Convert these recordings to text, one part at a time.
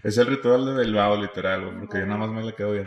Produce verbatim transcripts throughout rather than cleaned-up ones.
Es el ritual de Bilbao, literal, güey, porque yo nada más me la quedo viendo.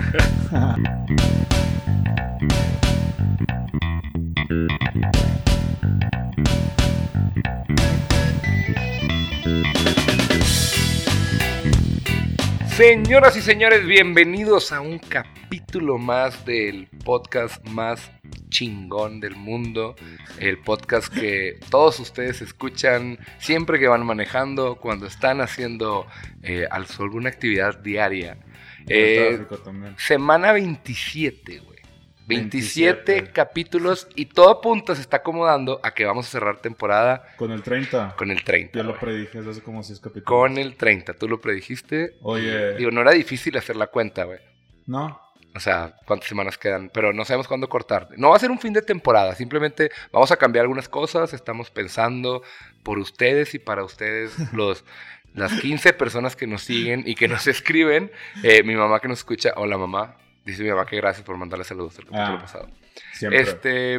Señoras y señores, bienvenidos a un capítulo más del podcast más chingón del mundo. El podcast que todos ustedes escuchan siempre que van manejando, cuando están haciendo eh, alguna actividad diaria. Eh, semana veintisiete, güey. veintisiete, veintisiete capítulos y todo apunta, se está acomodando a que vamos a cerrar temporada. ¿Con el treinta? Con el treinta. Yo lo predije desde hace como seis capítulos. Con el treinta, tú lo predijiste. Oye. Digo, no era difícil hacer la cuenta, güey. No. O sea, cuántas semanas quedan, pero no sabemos cuándo cortar. No va a ser un fin de temporada, simplemente vamos a cambiar algunas cosas, estamos pensando por ustedes y para ustedes, los, las quince personas que nos siguen y que nos escriben. Eh, mi mamá que nos escucha, hola mamá, dice mi mamá que gracias por mandarle saludos al capítulo ah, pasado. Siempre. Este,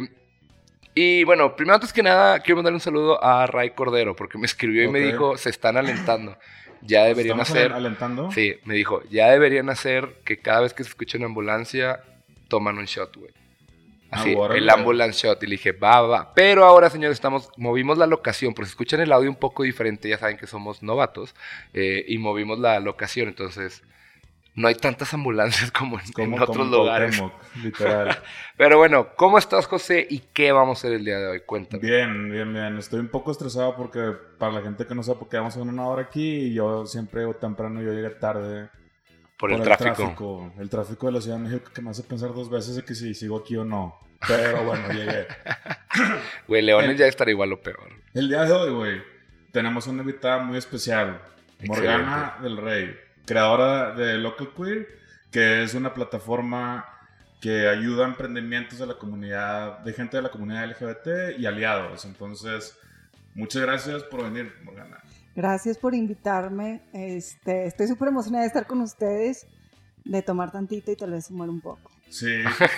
y bueno, primero antes que nada, quiero mandarle un saludo a Ray Cordero, porque me escribió y okay. me dijo, se están alentando. Ya deberían ¿Estamos hacer... alentando? Sí, me dijo, ya deberían hacer que cada vez que se escuche una ambulancia, toman un shot, güey. Así, ah, el ambulance shot. Y le dije, va, va. Pero ahora, señores, estamos, movimos la locación, porque si escuchan el audio un poco diferente, ya saben que somos novatos, eh, y movimos la locación, entonces... No hay tantas ambulancias como en, como, en otros como lugares. Cuauhtémoc, literal. Pero bueno, ¿cómo estás, José? ¿Y qué vamos a hacer el día de hoy? Cuéntame. Bien, bien, bien. Estoy un poco estresado porque para la gente que no sabe por qué vamos a una hora aquí y yo siempre llego temprano y yo llegué tarde. Por, por el, el tráfico. tráfico. El tráfico de la Ciudad de México que me hace pensar dos veces de que si sigo aquí o no. Pero bueno, llegué. Güey, Leones el, ya estará igual o peor. El día de hoy, güey, tenemos una invitada muy especial. Excelente. Morgana del Rey, creadora de Local Queer, que es una plataforma que ayuda a emprendimientos de la comunidad, de gente de la comunidad L G B T y aliados. Entonces, muchas gracias por venir, Morgana. Gracias por invitarme. Este, estoy súper emocionada de estar con ustedes, de tomar tantito y tal vez sumar un poco. Sí,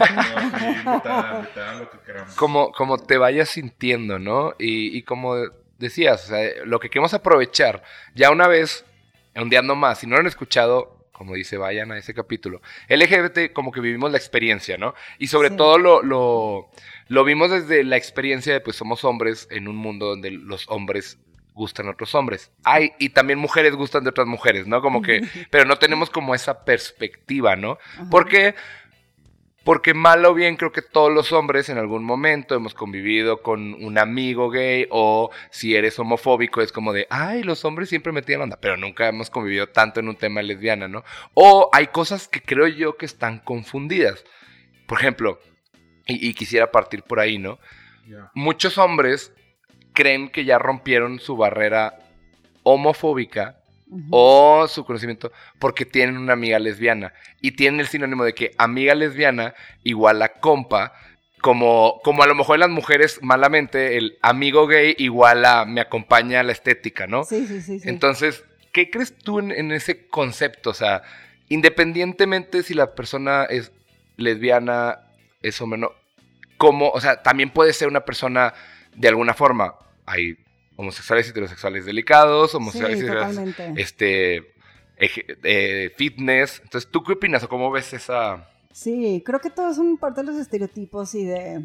invitada, invitada, lo que queramos. Como, como te vayas sintiendo, ¿no? Y, y como decías, o sea, lo que queremos aprovechar, ya una vez... ondeando más, si no lo han escuchado, como dice, vayan a ese capítulo. L G B T, como que vivimos la experiencia, ¿no? Y sobre sí. todo lo, lo, lo vimos desde la experiencia de, pues, somos hombres en un mundo donde los hombres gustan a otros hombres. Ay, y también mujeres gustan de otras mujeres, ¿no? Como que, pero no tenemos como esa perspectiva, ¿no? Ajá. Porque... Porque mal o bien creo que todos los hombres en algún momento hemos convivido con un amigo gay, o si eres homofóbico es como de, ay, los hombres siempre metían onda, pero nunca hemos convivido tanto en un tema lesbiana, ¿no? O hay cosas que creo yo que están confundidas. Por ejemplo, y, y quisiera partir por ahí, ¿no? Yeah. Muchos hombres creen que ya rompieron su barrera homofóbica, Uh-huh. o su conocimiento porque tienen una amiga lesbiana y tienen el sinónimo de que amiga lesbiana igual a compa, como, como a lo mejor en las mujeres malamente el amigo gay igual a me acompaña la estética, ¿no? Sí, sí, sí, sí. Entonces, ¿qué crees tú en, en ese concepto? O sea, independientemente si la persona es lesbiana, es hombre o no, como, o sea, también puede ser una persona de alguna forma, hay homosexuales y heterosexuales delicados, homosexuales sí, y heterosexuales, este, eh, eh, fitness. Entonces, ¿tú qué opinas o cómo ves esa...? Sí, creo que todos son parte de los estereotipos y de,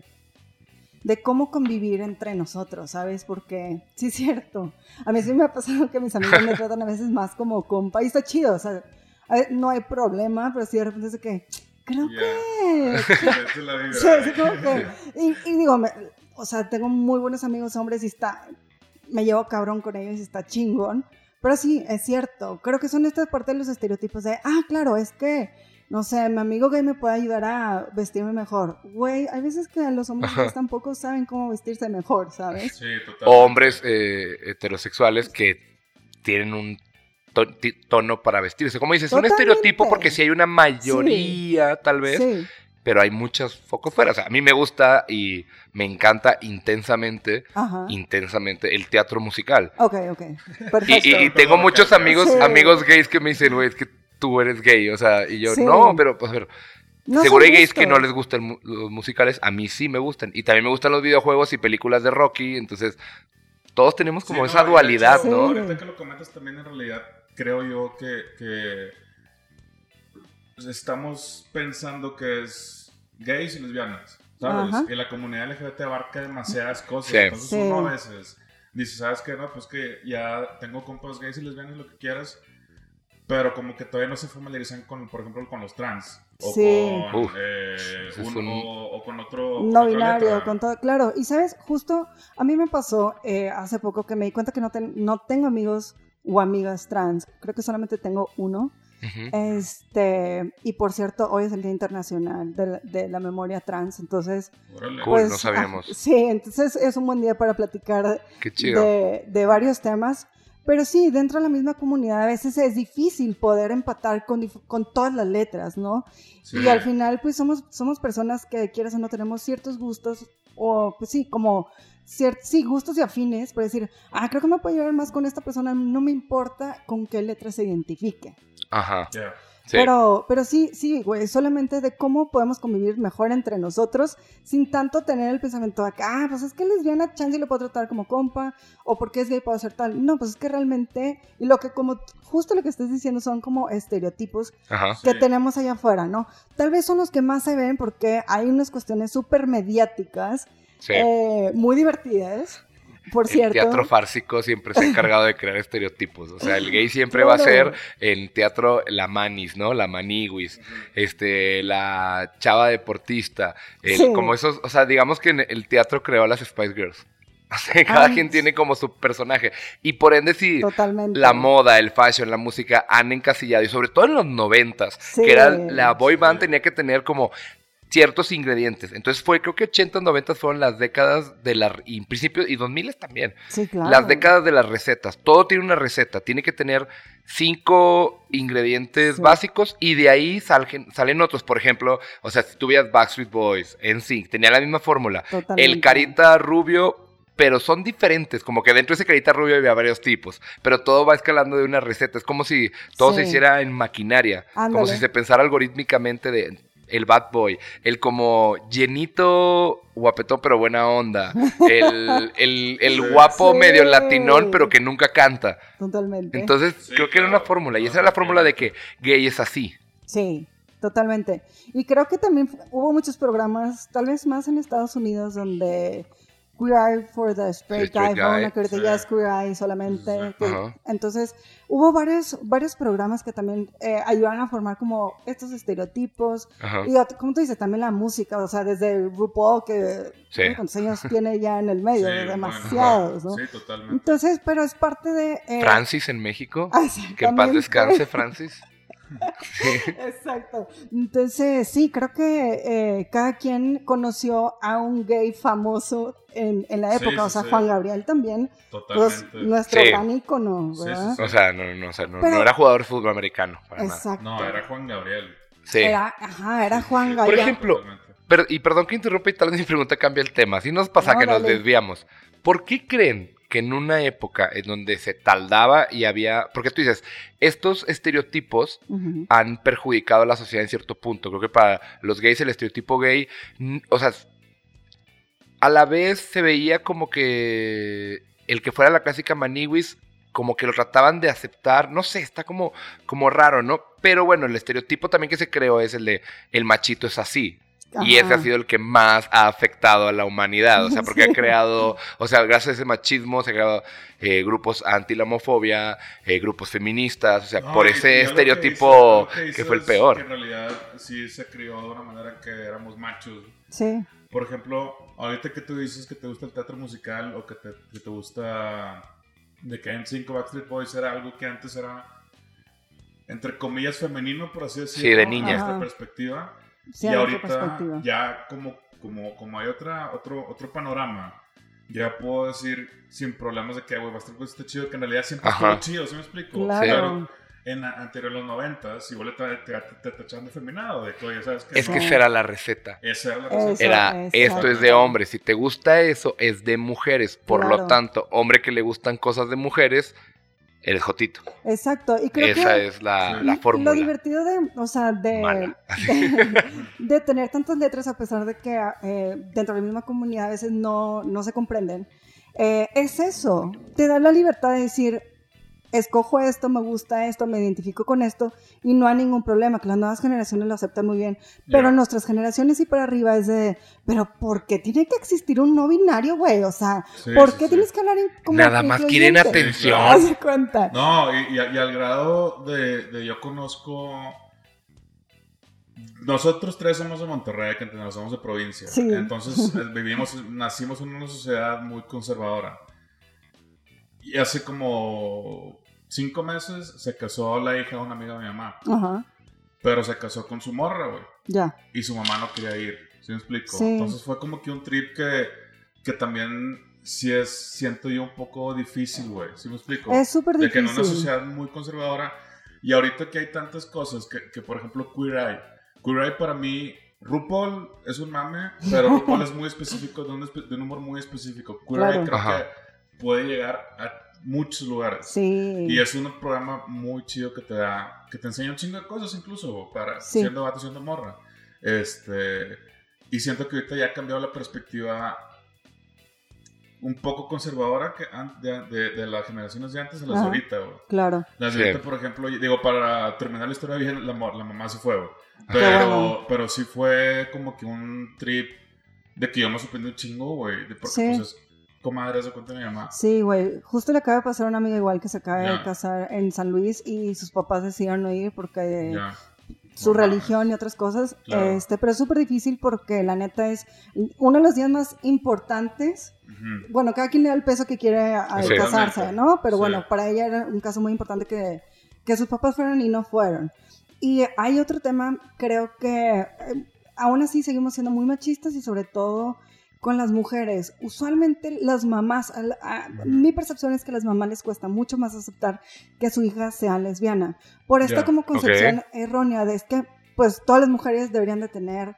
de cómo convivir entre nosotros, ¿sabes? Porque, sí es cierto, a mí sí me ha pasado que mis amigos me tratan a veces más como compa y está chido, o sea, ver, no hay problema, pero sí de repente es de que, creo yeah. que... Esa es la vida. Sí, sí, como que... Y, y digo, me, o sea, tengo muy buenos amigos hombres y está... me llevo cabrón con ellos y está chingón, pero sí, es cierto, creo que son estas partes de los estereotipos de, ah, claro, es que, no sé, mi amigo gay me puede ayudar a vestirme mejor, güey, hay veces que los hombres gays tampoco saben cómo vestirse mejor, ¿sabes? Sí, totalmente. O hombres eh, heterosexuales que tienen un to- tono para vestirse, como dices, totalmente. Un estereotipo porque si hay una mayoría, sí. tal vez, sí. pero hay muchos focos fuera. O sea, a mí me gusta y me encanta intensamente, Ajá. intensamente el teatro musical. Ok, ok. Perfecto. Y, y, y tengo muchos amigos, sí. amigos gays que me dicen, güey, es que tú eres gay. O sea, y yo, sí. no, pero, pues, pero no seguro hay gays que no les gustan los musicales. A mí sí me gustan. Y también me gustan los videojuegos y películas de Rocky. Entonces, todos tenemos como sí, esa no, dualidad, hecho, ¿no? Ahorita que lo comentas también, en realidad, creo yo que, que estamos pensando que es gays y lesbianas, ¿sabes? Ajá. Y la comunidad L G B T abarca demasiadas cosas. Sí. Entonces Sí. uno a veces dice, ¿sabes qué? No, pues que ya tengo compas gays y lesbianas, lo que quieras. Pero como que todavía no se familiarizan con, por ejemplo, con los trans. O Sí. con, Uf, eh, ese es un- un- o, o con otro. con No otra binario, letra. con todo, claro. Y sabes, justo a mí me pasó eh, hace poco que me di cuenta que no, ten- no tengo amigos o amigas trans. Creo que solamente tengo uno. Ujú. Este, y por cierto, hoy es el Día Internacional de la, de la Memoria Trans, entonces, Órale. Cool, pues, no sabíamos. ah, sí, entonces es un buen día para platicar Qué chido. de, de varios temas. Pero sí, dentro de la misma comunidad a veces es difícil poder empatar con, dif- con todas las letras, ¿no? Sí. Y al final, pues somos, somos personas que, quieras o no, tenemos ciertos gustos, o pues sí, como, cier- sí, gustos y afines, por decir, ah, creo que me puedo llevar más con esta persona, no me importa con qué letra se identifique. Ajá. Yeah. Sí. Pero, pero sí, sí, güey, solamente de cómo podemos convivir mejor entre nosotros sin tanto tener el pensamiento de que, ah, pues es que lesbiana, chance y lo puedo tratar como compa, o porque es gay puedo hacer tal. No, pues es que realmente, y lo que como, justo lo que estás diciendo son como estereotipos Ajá. que Sí. tenemos allá afuera, ¿no? Tal vez son los que más se ven porque hay unas cuestiones súper mediáticas, Sí. eh, muy divertidas, por El cierto. teatro fársico siempre se ha encargado de crear estereotipos. O sea, el gay siempre va a Claro. ser en teatro la manis, ¿no? La maniguis, este, la chava deportista. el- Sí. Como esos, o sea, digamos que en el teatro creó a las Spice Girls. O sea, cada Ah, quien tiene como su personaje. Y por ende, sí, Totalmente. la moda, el fashion, la música han encasillado. Y sobre todo en los noventas, Sí. que era la boy band, Sí. tenía que tener como ciertos ingredientes. Entonces fue, creo que ochentas, noventas fueron las décadas de la, y en principio, y dos mil también. Sí, claro. Las décadas de las recetas. Todo tiene una receta. Tiene que tener cinco ingredientes Sí. básicos y de ahí salen, salen otros. Por ejemplo, o sea, si tuvieras Backstreet Boys, N Sync, tenía la misma fórmula. Totalmente. El carita rubio, pero son diferentes. Como que dentro de ese carita rubio había varios tipos. Pero todo va escalando de una receta. Es como si todo Sí. se hiciera en maquinaria. Como Ándale. si se pensara algorítmicamente de el bad boy, el como llenito guapetón pero buena onda, el, el, el Sí. guapo Sí. medio latinón pero que nunca canta. Totalmente. Entonces Sí, creo que era claro. una fórmula y esa era la fórmula de que gay es así. Sí, totalmente. Y creo que también fu- hubo muchos programas, tal vez más en Estados Unidos, donde Queer Eye for the Straight, The straight Guy, fue guy. una que ahorita Sí. ya es Queer Eye solamente. Sí. que- Ajá. entonces, hubo varios, varios programas que también eh, ayudaron a formar como estos estereotipos. Ajá. Y ot- como tú dices, también la música, o sea, desde RuPaul, que Sí. ¿no? ¿cuántos años tiene ya en el medio? Sí, bueno, Demasiados, ¿no? Sí, totalmente. Entonces, pero es parte de... eh, Francis en México. ah, Que en paz exactamente. descanse, Francis. Exacto. Entonces, sí, creo que eh, cada quien conoció a un gay famoso en, en la Sí, época. sí, o sea, sí. Juan Gabriel también, pues, Totalmente. nuestro Sí. gran ícono, Sí, sí, ¿verdad? sí. O sea, no, no, o sea, no, Pero- no era jugador de fútbol americano. Para nada. Exacto. No, era Juan Gabriel. Sí. Era, ajá, era Juan Sí, Gabriel. Por ejemplo, totalmente. Pero, y perdón que interrumpa y tal vez mi pregunta cambia el tema. Si nos pasa No, que nos dale. desviamos. ¿Por qué creen que en una época en donde se taldaba y había... Porque tú dices, estos estereotipos Ujú. han perjudicado a la sociedad en cierto punto. Creo que para los gays el estereotipo gay, n- o sea, a la vez se veía como que el que fuera la clásica maniwis, como que lo trataban de aceptar, no sé, está como, como raro, ¿no? Pero bueno, el estereotipo también que se creó es el de el machito es así. Y ese Ajá. ha sido el que más ha afectado a la humanidad, o sea, porque Sí. ha creado, o sea, gracias a ese machismo se han creado eh, grupos anti la homofobia, eh, grupos feministas, o sea, No, por y- ese y algo estereotipo que, hizo- algo que, fue el hizo es peor. Que en realidad sí se crió de una manera que éramos machos. Sí, Por ejemplo, ahorita que tú dices que te gusta el teatro musical o que te, que te gusta de que en cinco Backstreet Boys era algo que antes era entre comillas femenino, por así decirlo. Sí, de niña. Desde esta Ajá. perspectiva. sí, y hay otra ahorita perspectiva. ya como, como, como hay otra, otro, otro panorama, ya puedo decir sin problemas de que, güey, Backstreet Boys está chido, que en realidad siempre Ajá. estuvo chido, ¿sí me explico? Claro. En a- anterior a los noventas, igual te, te, te, te tachaban de feminado, de que, oye, ¿sabes qué? Es No, que esa era la receta. esa era la Eso. receta. Era, exacto. esto es de hombres, si te gusta eso, es de mujeres. Por Claro. lo tanto, hombre que le gustan cosas de mujeres, eres jotito. Exacto. Y creo Esa que es la, Sí. la lo fórmula. divertido de, o sea, de, Mala. de, de tener tantas letras a pesar de que eh, dentro de la misma comunidad a veces no, no se comprenden, eh, es eso, te da la libertad de decir, escojo esto, me gusta esto, me identifico con esto y no hay ningún problema, que las nuevas generaciones lo aceptan muy bien, pero yeah. nuestras generaciones y para arriba es de, pero ¿por qué tiene que existir un no binario, güey? O sea, sí, ¿por qué sí, tienes sí. que hablar en como nada más quieren atención? ¿Te das cuenta? No, y, y, y al grado de, de yo conozco... Nosotros tres somos de Monterrey, que entendemos, somos de provincia. Sí. Entonces vivimos, nacimos en una sociedad muy conservadora. Y hace como cinco meses se casó la hija de una amiga de mi mamá. Uh-huh. Pero se casó con su morra, güey. Ya. Yeah. Y su mamá no quería ir, ¿sí me explico? Sí. Entonces fue como que un trip que, que también sí es, siento yo, un poco difícil, güey. ¿Sí me explico? Es súper difícil. De que en una sociedad muy conservadora, y ahorita que hay tantas cosas, que, que por ejemplo Queer Eye. Queer Eye para mí, RuPaul es un mame, pero RuPaul es muy específico, de un, de un humor muy específico. Queer claro. Eye creo Ajá. que puede llegar a muchos lugares. Sí. Y es un programa muy chido que te da, que te enseña un chingo de cosas incluso, para sí. siendo vato, siendo morra. Este, y siento que ahorita ya ha cambiado la perspectiva un poco conservadora que de, de, de las generaciones de antes a las de ahorita, güey. Claro. Las de sí. ahorita, por ejemplo, digo, para terminar la historia bien, la, la mamá se fue, güey. Pero, bueno. pero sí fue como que un trip de que yo me sorprendí un chingo, güey. Porque sí. pues es comadre, se cuenta mi mamá. Sí, güey. Justo le acaba de pasar a una amiga igual que se acaba yeah. de casar en San Luis y sus papás decidieron no ir porque... Yeah. su bueno, religión y otras cosas, claro. este, pero es súper difícil porque la neta es uno de los días más importantes. Uh-huh. Bueno, cada quien le da el peso que quiere al sí, casarse, realmente. ¿no? Pero sí. bueno, para ella era un caso muy importante que, que sus papás fueron y no fueron. Y hay otro tema, creo que eh, aún así seguimos siendo muy machistas y sobre todo con las mujeres. Usualmente las mamás, a, a, uh-huh. mi percepción es que a las mamás les cuesta mucho más aceptar que su hija sea lesbiana. Por esta yeah. como concepción okay. errónea de es que pues todas las mujeres deberían de tener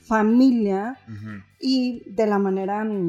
familia uh-huh. y de la manera um,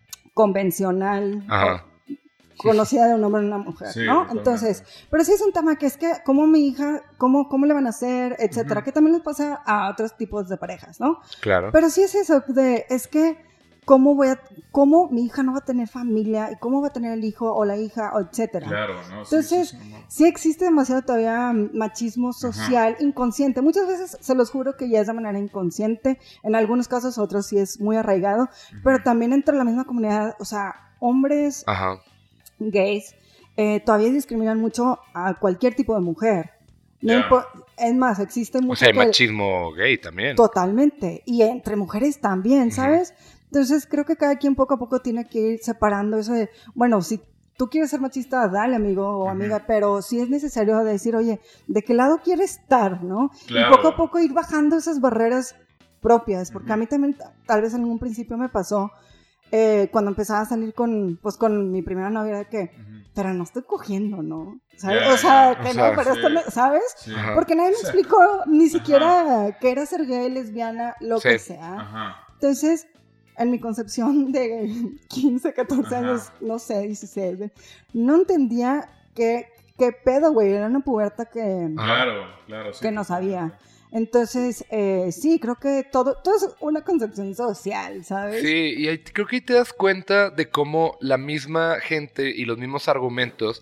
convencional, uh-huh. conocida de un hombre y una mujer, sí, ¿no? Entonces, pero sí es un tema que es que cómo mi hija, cómo, cómo le van a hacer, etcétera, uh-huh. que también les pasa a otros tipos de parejas, ¿no? Claro. Pero sí es eso de, es que ¿Cómo voy a, cómo mi hija no va a tener familia y cómo va a tener el hijo o la hija, o etcétera? Claro, ¿no? Entonces, sí, sí, sí, no. sí existe demasiado todavía machismo social, Ajá. inconsciente. Muchas veces se los juro que ya es de manera inconsciente. En algunos casos, otros sí es muy arraigado. Uh-huh. Pero también entre la misma comunidad, o sea, hombres Ajá. gays eh, todavía discriminan mucho a cualquier tipo de mujer. No yeah. impo- es más, existe mucho... O sea, hay machismo gay también. Totalmente. Y entre mujeres también, ¿sabes? Uh-huh. Entonces creo que cada quien poco a poco tiene que ir separando eso de, bueno, si tú quieres ser machista, dale amigo o amiga, uh-huh. pero sí es necesario decir, oye, ¿de qué lado quieres estar, no? Claro. Y poco a poco ir bajando esas barreras propias, porque uh-huh. a mí también tal vez en un principio me pasó eh, cuando empezaba a salir con, pues con mi primera novia, de que, uh-huh. pero no estoy cogiendo, ¿no? ¿Sabes? Yeah, o sea, yeah. que o no, sea, pero sí. esto, no, ¿sabes? Sí. Porque nadie me explicó ni siquiera Ajá. qué era ser gay, lesbiana, lo sí. que sea. Ajá. Entonces... en mi concepción de quince, catorce Ajá. años, no sé, dieciséis, no entendía qué, qué pedo, güey, era una puberta que, claro, claro, sí, que no sabía. Entonces, eh, sí, creo que todo, todo es una concepción social, ¿sabes? Sí, y ahí, creo que ahí te das cuenta de cómo la misma gente y los mismos argumentos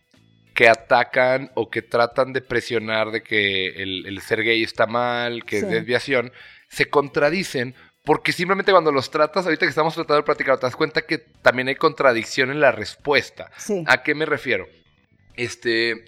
que atacan o que tratan de presionar de que el, el ser gay está mal, que sí. es desviación, se contradicen. Porque simplemente cuando los tratas, ahorita que estamos tratando de platicar, te das cuenta que también hay contradicción en la respuesta. Sí. ¿A qué me refiero? Este,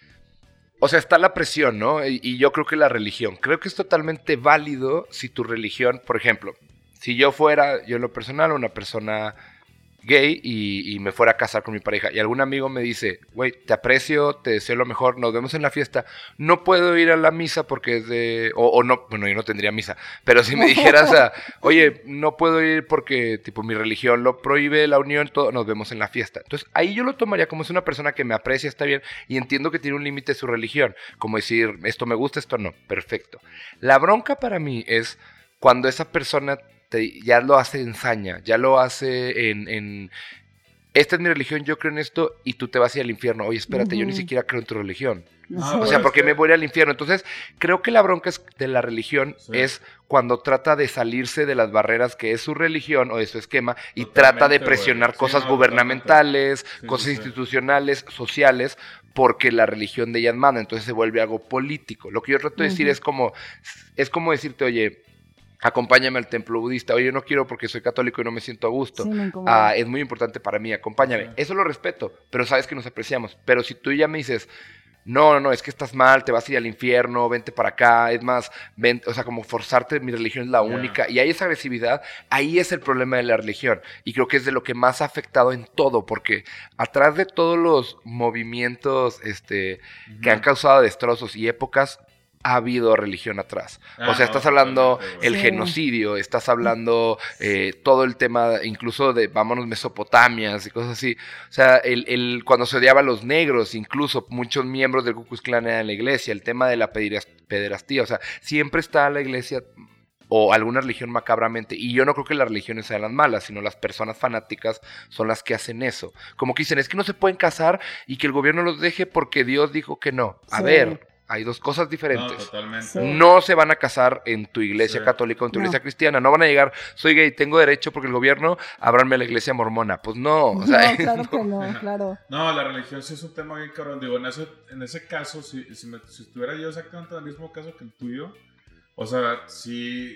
o sea, está la presión, ¿no? Y, y yo creo que la religión. Creo que es totalmente válido si tu religión, por ejemplo, si yo fuera, yo en lo personal, una persona gay y, y me fuera a casar con mi pareja y algún amigo me dice, güey, te aprecio, te deseo lo mejor, nos vemos en la fiesta, no puedo ir a la misa porque es de... O, o no, bueno, yo no tendría misa, pero si me dijeras, a, oye, no puedo ir porque tipo mi religión lo prohíbe, la unión, todo, nos vemos en la fiesta. Entonces ahí yo lo tomaría como es una persona que me aprecia, está bien, y entiendo que tiene un límite su religión, como decir, esto me gusta, esto no, perfecto. La bronca para mí es cuando esa persona... ya lo hace en saña, ya lo hace en, en... Esta es mi religión, yo creo en esto, y tú te vas a ir al infierno. Oye, espérate, uh-huh. yo ni siquiera creo en tu religión. Ah, o sea, ¿por qué me voy al infierno? Entonces, creo que la bronca de la religión sí. es cuando trata de salirse de las barreras que es su religión o de su esquema y totalmente, trata de presionar wey. cosas sí, no, gubernamentales, sí, cosas sí, institucionales, sí. sociales, porque la religión de ellas manda, entonces se vuelve algo político. Lo que yo trato de decir Ujú. es como, es como decirte, oye, acompáñame al templo budista. Oye, yo no quiero porque soy católico y no me siento a gusto. Sí, me incomoda. Ah, es muy importante para mí, acompáñame. Sí. Eso lo respeto, pero sabes que nos apreciamos. Pero si tú ya me dices, no, no, no, es que estás mal, te vas a ir al infierno, vente para acá, es más, ven, o sea, como forzarte, mi religión es la Yeah. única, y hay esa agresividad, ahí es el problema de la religión. Y creo que es de lo que más ha afectado en todo, porque atrás de todos los movimientos este, que han causado destrozos y épocas, ha habido religión atrás. Ah, o sea, no, estás hablando totalmente, güey. el Sí. genocidio, estás hablando eh, todo el tema, incluso de, vámonos, Mesopotamias y cosas así. O sea, el, el, cuando se odiaba a los negros, incluso muchos miembros del Ku Klux Klan eran en la iglesia, el tema de la pederas- pederastía, o sea, siempre está la iglesia o alguna religión macabramente, y yo no creo que las religiones sean las malas, sino las personas fanáticas son las que hacen eso. Como que dicen, es que no se pueden casar y que el gobierno los deje porque Dios dijo que no. A Sí. ver, hay dos cosas No, diferentes. totalmente. Sí. No se van a casar en tu iglesia Sí. católica o en tu No. iglesia cristiana. No van a llegar, soy gay, tengo derecho porque el gobierno, ábranme a la iglesia mormona. Pues no, o sea, no, claro que no, claro. No, la religión sí es un tema bien cabrón. Digo, en ese, en ese caso, si, si, me- si estuviera yo exactamente en el mismo caso que el tuyo, o sea, sí,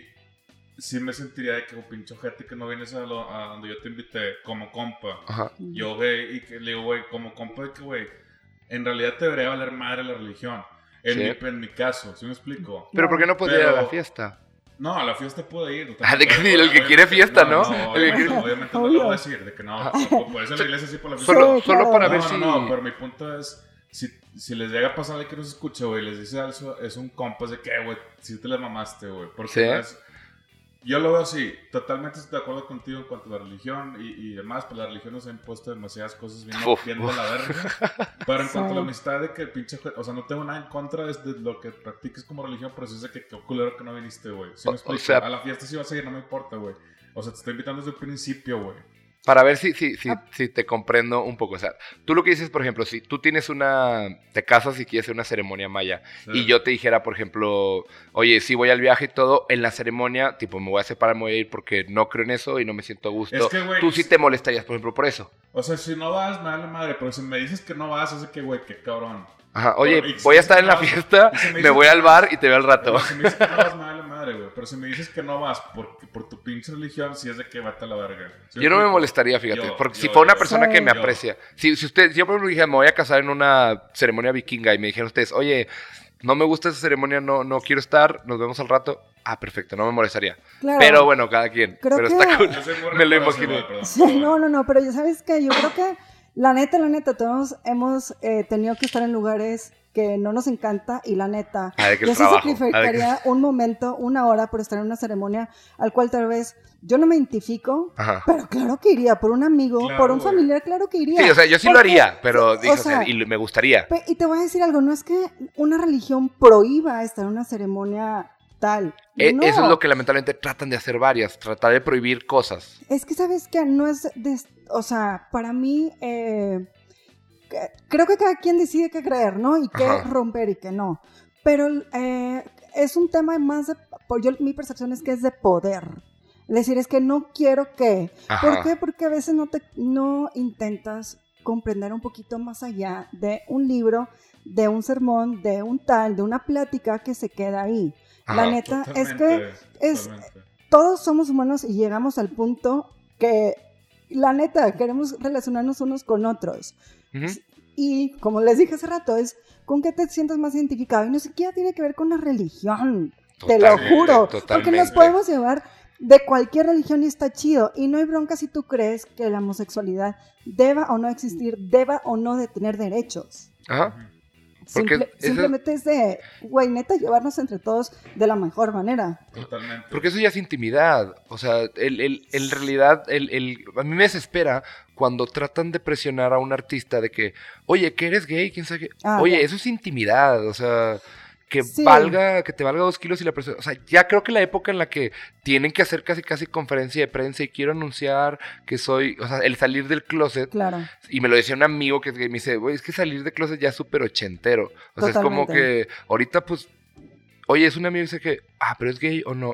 sí me sentiría de que, oh, pinche ojete, que no vienes a, lo- a donde yo te invité como compa. ajá. Yo, güey, y que le digo, güey, como compa de que, güey, en realidad te debería valer madre la religión. En, Sí. mi, en mi caso, ¿sí me explico? Pero ¿por qué no podría ir a la Pero- fiesta? No, a la fiesta puede ir. Ah, de que Obviamente, el que quiere fiesta, ¿no? No, El que obviamente, quiere- obviamente no lo voy a decir, de que no, por, por eso en la iglesia sí por la fiesta. Solo, Sí, solo claro. para no, ver no, si... no, pero mi punto es, si, si les llega a pasar de que no se escuche, güey, les dice algo, es un compa, es de que, güey, si te la mamaste, güey. Porque Sí. no es- yo lo veo así, totalmente estoy de acuerdo contigo en cuanto a la religión y, y demás, pero la religión nos ha impuesto demasiadas cosas bien, Uf, bien de la verga. Pero en Sí. cuanto a la amistad de que el pinche, jue- o sea, no tengo nada en contra de, de lo que practiques como religión, pero sí es de que qué culero que no viniste, güey. ¿Sí O- me o explico? sea- a la fiesta sí vas a ir, no me importa, güey. O sea, te estoy invitando desde el principio, güey. Para ver si, si, si, Ah. si te comprendo un poco. O sea, tú lo que dices, por ejemplo, si tú tienes una... Te casas y quieres hacer una ceremonia maya. Sí. Y yo te dijera, por ejemplo, oye, sí voy al viaje y todo, en la ceremonia, tipo, me voy a separar, me voy a ir porque no creo en eso y no me siento a gusto. Es que, güey, Tú sí te molestarías, por ejemplo, por eso. O sea, si no vas, me da la madre, pero si me dices que no vas, es de que, güey, qué cabrón. Ajá, oye, Pero, y si voy a me estar dices en la que no vas- fiesta, y si me me dices voy que al no bar vas- y te veo al rato. Pero si me dices que no vas, me da la madre, güey. Pero si me dices que no vas por, por tu pinche religión, sí es de que vete a la verga. ¿Sí Yo no me explico? molestaría, fíjate, Yo- porque yo- si fue una yo- persona que me yo- aprecia. Si, si usted, si yo por ejemplo dije, me voy a casar en una ceremonia vikinga y me dijeron ustedes, oye, no me gusta esa ceremonia, no, no quiero estar, nos vemos al rato. Ah, perfecto, no me molestaría. Claro. Pero bueno, cada quien. Creo Pero que- está cool. Yo soy muy Me lo rencoroso imaginé. igual, perdón, Sí, pero no, bueno. no, no, pero ya sabes que yo creo que la neta, la neta, todos hemos eh, tenido que estar en lugares que no nos encanta y la neta, Ah, de que el yo sí trabajo. Ah, de que- sacrificaría un momento, una hora por estar en una ceremonia al cual tal vez yo no me identifico, Ajá. pero claro que iría, por un amigo, Claro, por un güey. familiar, claro que iría. Sí, o sea, yo sí lo Porque- haría, pero o dije, o sea, sea, y me gustaría. Pe- Y te voy a decir algo, no es que una religión prohíba estar en una ceremonia tal. E- no. Eso es lo que lamentablemente tratan de hacer varias, tratar de prohibir cosas. Es que sabes que no es, de- o sea, para mí, eh, que- creo que cada quien decide qué creer, ¿no? Y qué Ajá. romper y qué no. Pero eh, es un tema más de, por yo, mi percepción es que es de poder. Es decir, es que no quiero que. Ajá. ¿Por qué? Porque a veces no te, no intentas comprender un poquito más allá de un libro, de un sermón, de un tal, de una plática que se queda ahí. La Ajá. neta es que Totalmente, es- totalmente. todos somos humanos y llegamos al punto que, la neta, queremos relacionarnos unos con otros. Ujú. Y como les dije hace rato, es con qué te sientas más identificado. Y no siquiera tiene que ver con la religión. Te lo Totalmente, juro. Porque totalmente. nos podemos llevar de cualquier religión y está chido. Y no hay bronca si tú crees que la homosexualidad deba o no existir, deba o no de tener derechos. Ajá. Porque Simple- eso- simplemente es de, güey, neta, llevarnos entre todos de la mejor manera. Totalmente. Porque eso ya es intimidad. O sea, el, el- en realidad, el, el- a mí me desespera cuando tratan de presionar a un artista de que, oye, que eres gay, quién sabe qué. Ah, Oye, ya. eso es intimidad. O sea, que Sí. valga, que te valga dos kilos y la persona. O sea, ya creo que la época en la que tienen que hacer casi casi conferencia de prensa y quiero anunciar que soy, o sea, el salir del closet. Claro. Y me lo decía un amigo que es gay, me dice, güey, es que salir de closet ya es súper ochentero. O sea, es como Totalmente. que ahorita, pues, oye, es un amigo que dice que, ah, pero es gay o no.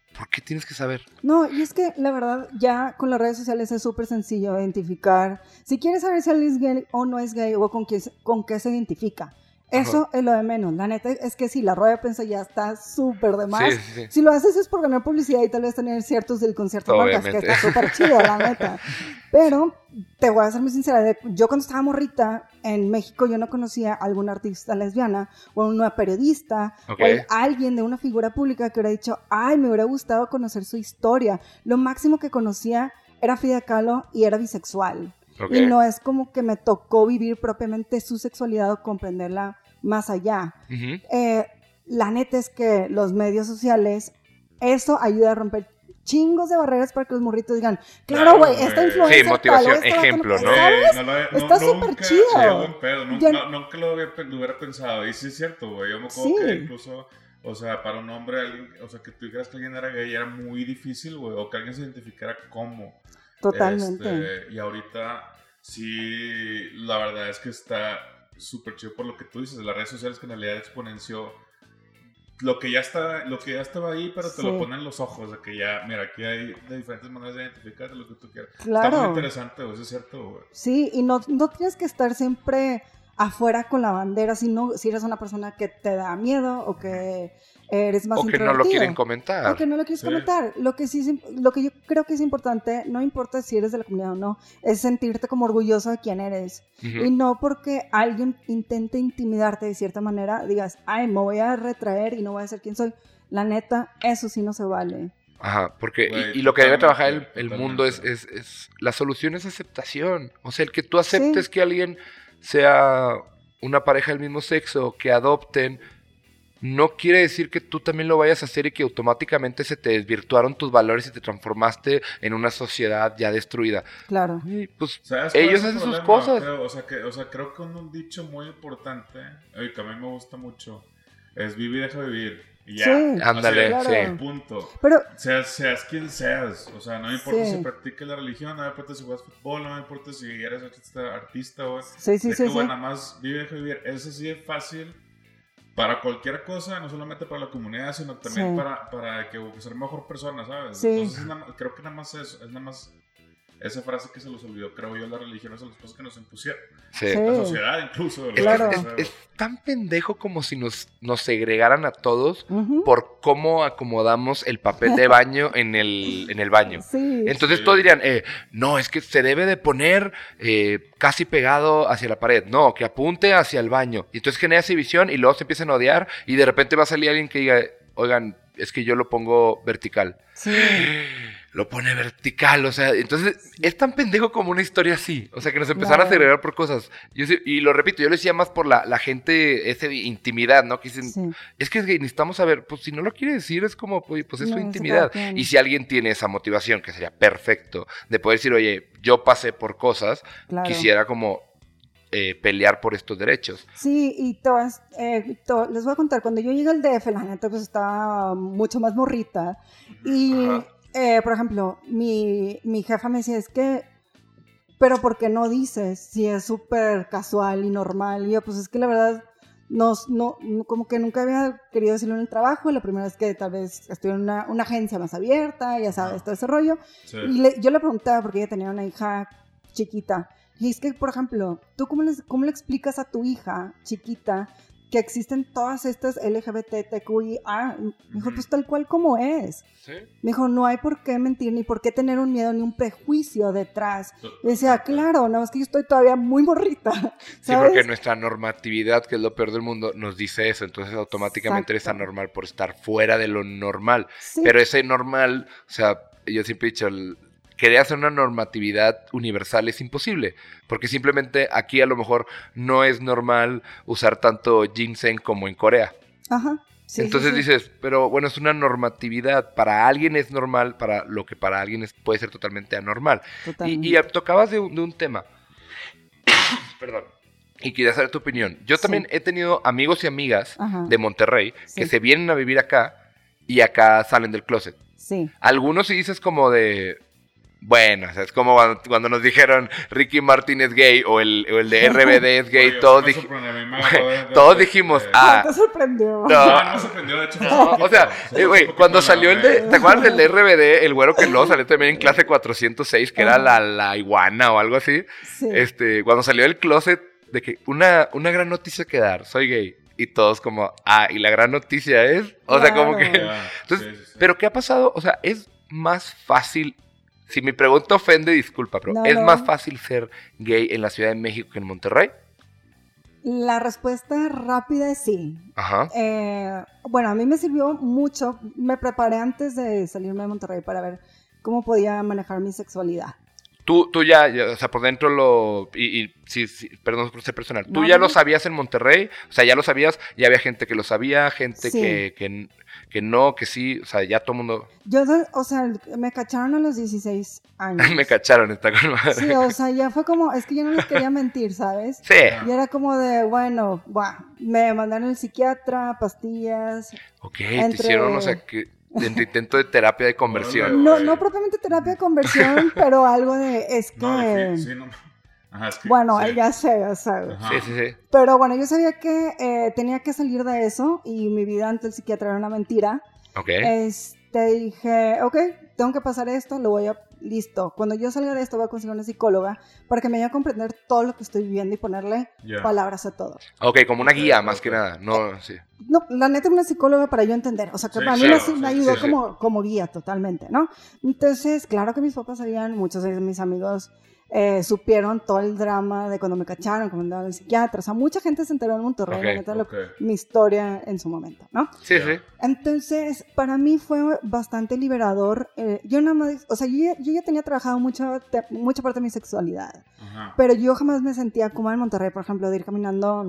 ¿Por qué tienes que saber? No, y es que la verdad ya con las redes sociales es súper sencillo identificar si quieres saber si alguien es gay o no es gay o con qué, con qué se identifica. Eso Ajá. es lo de menos. La neta es que sí, la rueda de prensa ya está súper de más. Sí, sí, sí. Si lo haces es por ganar publicidad y tal vez tener ciertos del concierto de marcas, que está súper chido, la neta. Pero te voy a ser muy sincera, yo cuando estaba morrita en México yo no conocía a alguna artista lesbiana o una periodista okay. o alguien de una figura pública que hubiera dicho, ay, me hubiera gustado conocer su historia. Lo máximo que conocía era Frida Kahlo y era bisexual. Okay. Y no es como que me tocó vivir propiamente su sexualidad o comprenderla más allá. Uh-huh. Eh, la neta es que los medios sociales, eso ayuda a romper chingos de barreras para que los morritos digan, claro, güey, claro, esta influencer sí, motivación, tal, ejemplo, ¿no? ¿Sabes? No, no, no, Está súper chido. Sí, buen pedo. Nunca, no, nunca lo, había, lo hubiera pensado. Y sí es cierto, güey. Yo me acuerdo sí. que incluso, o sea, para un hombre, alguien, o sea, que tú dijeras que alguien era gay era muy difícil, güey. O que alguien se identificara como. Totalmente. Este, y ahorita, sí, la verdad es que está súper chido por lo que tú dices. Las redes sociales que en realidad exponenció lo que ya está, lo que ya estaba ahí, pero te sí. lo ponen en los ojos, de que ya, mira, aquí hay de diferentes maneras de identificar lo que tú quieras. Claro. Está muy interesante, güey, eso es cierto, güey. Sí, y no, no tienes que estar siempre afuera con la bandera, si, no, si eres una persona que te da miedo o que eres más o que no lo quieren comentar. O que no lo quieres sí. comentar. Lo que, sí, lo que yo creo que es importante, no importa si eres de la comunidad o no, es sentirte como orgulloso de quién eres. Uh-huh. Y no porque alguien intente intimidarte de cierta manera, digas, ay, me voy a retraer y no voy a ser quien soy. La neta, eso sí no se vale. Ajá, porque Wey, y, y lo que debe trabajar el, el mundo es, es, es, la solución es aceptación. O sea, el que tú aceptes sí. que alguien sea una pareja del mismo sexo, que adopten, no quiere decir que tú también lo vayas a hacer y que automáticamente se te desvirtuaron tus valores y te transformaste en una sociedad ya destruida. Claro. Y pues ellos hacen sus cosas. Creo, o, sea que, o sea, creo que un dicho muy importante, y que a mí me gusta mucho, es vive y deja vivir. Y ya. Sí, ándale, claro. sí. Punto. Pero, seas, seas quien seas. O sea, no me importa sí. si practiques la religión, no me importa si juegas fútbol, no me importa si eres artista, artista o... Sí, sí, de sí. que, sí. bueno, nada más vive y deja vivir. Eso sí es fácil para cualquier cosa, no solamente para la comunidad, sino también sí. para, para que, que ser mejor persona, ¿sabes? Sí. Entonces, nada, creo que nada más eso, es nada más esa frase que se los olvidó, creo yo, la religión, son las cosas que nos impusieron. Sí. La sociedad, incluso. Claro. Es, es, es tan pendejo como si nos, nos segregaran a todos uh-huh. por cómo acomodamos el papel de baño en el, en el baño. Sí. Entonces sí. todos dirían, eh, no, es que se debe de poner eh, casi pegado hacia la pared. No, que apunte hacia el baño. Y entonces genera esa visión y luego se empiezan a odiar y de repente va a salir alguien que diga, oigan, es que yo lo pongo vertical. Sí. Lo pone vertical, o sea, entonces es tan pendejo como una historia así, o sea, que nos empezaron no. a segregar por cosas. Yo, y lo repito, yo lo decía más por la, la gente, esa intimidad, ¿no? Que dicen, sí. es que necesitamos saber, pues si no lo quiere decir, es como, pues, pues es no, su intimidad. Y si alguien tiene esa motivación, que sería perfecto, de poder decir, oye, yo pasé por cosas, claro. quisiera como eh, pelear por estos derechos. Sí, y todas, eh, to, les voy a contar, cuando yo llegué al D F, la neta pues estaba mucho más morrita, y... Ajá. Eh, por ejemplo, mi, mi jefa me decía, es que, pero ¿por qué no dices si es súper casual y normal? Y yo, pues es que la verdad, no, no, como que nunca había querido decirlo en el trabajo. La primera vez que tal vez estuve en una, una agencia más abierta, ya sabes, todo ese rollo. Sí. Y le, yo le preguntaba, porque ella tenía una hija chiquita, y es que, por ejemplo, ¿tú cómo, les, cómo le explicas a tu hija chiquita que existen todas estas L G B T, T Q I A? Me dijo, pues tal cual como es. ¿Sí? Me dijo, no hay por qué mentir, ni por qué tener un miedo, ni un prejuicio detrás. Y decía, claro, no, es que yo estoy todavía muy morrita, ¿sabes? Sí, porque nuestra normatividad, que es lo peor del mundo, nos dice eso. Entonces automáticamente Exacto. eres anormal por estar fuera de lo normal. Sí. Pero ese normal, o sea, yo siempre he dicho... El, querer hacer una normatividad universal es imposible, porque simplemente aquí a lo mejor no es normal usar tanto ginseng como en Corea. Ajá. Sí, Entonces sí, sí. dices, pero bueno, es una normatividad, para alguien es normal, para lo que para alguien es, puede ser totalmente anormal. Totalmente. Y, y tocabas de un, de un tema, perdón, y quería saber tu opinión. Yo también sí. he tenido amigos y amigas Ajá. de Monterrey sí. que se vienen a vivir acá y acá salen del closet. Sí. Algunos sí dices como de... Bueno, o sea, es como cuando, cuando nos dijeron Ricky Martin es gay o el, o el de R B D es gay, Oye, todos, me dij- sorprendió, a mí me agarró de- de- todos de- dijimos, de- ah, ¿Te sorprendió? no. No, no me sorprendió, de hecho. fue No, poquito, o sea, fue eh, güey, poquito cuando me salió el de, agarré. ¿te acuerdas del de R B D? El güero que luego salió también en clase cuatrocientos seis, que era la, la iguana o algo así. Sí. Este, cuando salió del closet, de que una, una gran noticia que dar, soy gay. Y todos como, ah, y la gran noticia es, o sea, como que... Claro. Ya, Entonces, sí, sí, sí. ¿pero qué ha pasado? O sea, es más fácil, si mi pregunta ofende, disculpa, pero No, ¿es no. más fácil ser gay en la Ciudad de México que en Monterrey? La respuesta rápida es sí. Ajá. Eh, bueno, a mí me sirvió mucho. Me preparé antes de salirme de Monterrey para ver cómo podía manejar mi sexualidad. Tú, tú ya, ya, o sea, por dentro lo... Y, y sí, sí, perdón por ser personal. ¿Tú No, ya no, lo no. sabías en Monterrey? O sea, ya lo sabías, ya había gente que lo sabía, gente Sí. que, que, que no, que sí. O sea, ya todo el mundo... Yo, de- o sea, me cacharon a los dieciséis años. Me cacharon, está con madre. Sí, o sea, ya fue como, es que yo no les quería mentir, ¿sabes? Sí. Y era como de, bueno, buah, me mandaron al psiquiatra, pastillas. Ok, te Entre- hicieron, o sea, que en tu intento de terapia de conversión. No, no propiamente terapia de conversión, pero algo de, es que, No, de fi- sí, no. Ajá, es que, bueno, sí. ya sé, o sea. Ajá. Sí, sí, sí. Pero bueno, yo sabía que eh, tenía que salir de eso y mi vida ante el psiquiatra era una mentira. Ok. Este, dije, ok, tengo que pasar esto, lo voy a, listo. Cuando yo salga de esto voy a conseguir una psicóloga para que me ayude a comprender todo lo que estoy viviendo y ponerle Ya. palabras a todo. Ok, como una Ok, guía ok. más que nada. No, sí. No, la neta una psicóloga para yo entender, o sea, que Sí, para mí claro, me, me sí, ayudó sí, sí. como, como guía totalmente, ¿no? Entonces, claro que mis papás sabían, muchos de mis amigos eh, supieron todo el drama de cuando me cacharon, cuando andaba en el psiquiatra, o sea, mucha gente se enteró en Monterrey, Ok, la neta, lo- ok. mi historia en su momento, ¿no? Sí, Ya. sí. Entonces, para mí fue bastante liberador. eh, yo nada más, o sea, yo ya, yo ya tenía trabajado mucho, te- mucha parte de mi sexualidad, Ajá. pero yo jamás me sentía como en Monterrey, por ejemplo, de ir caminando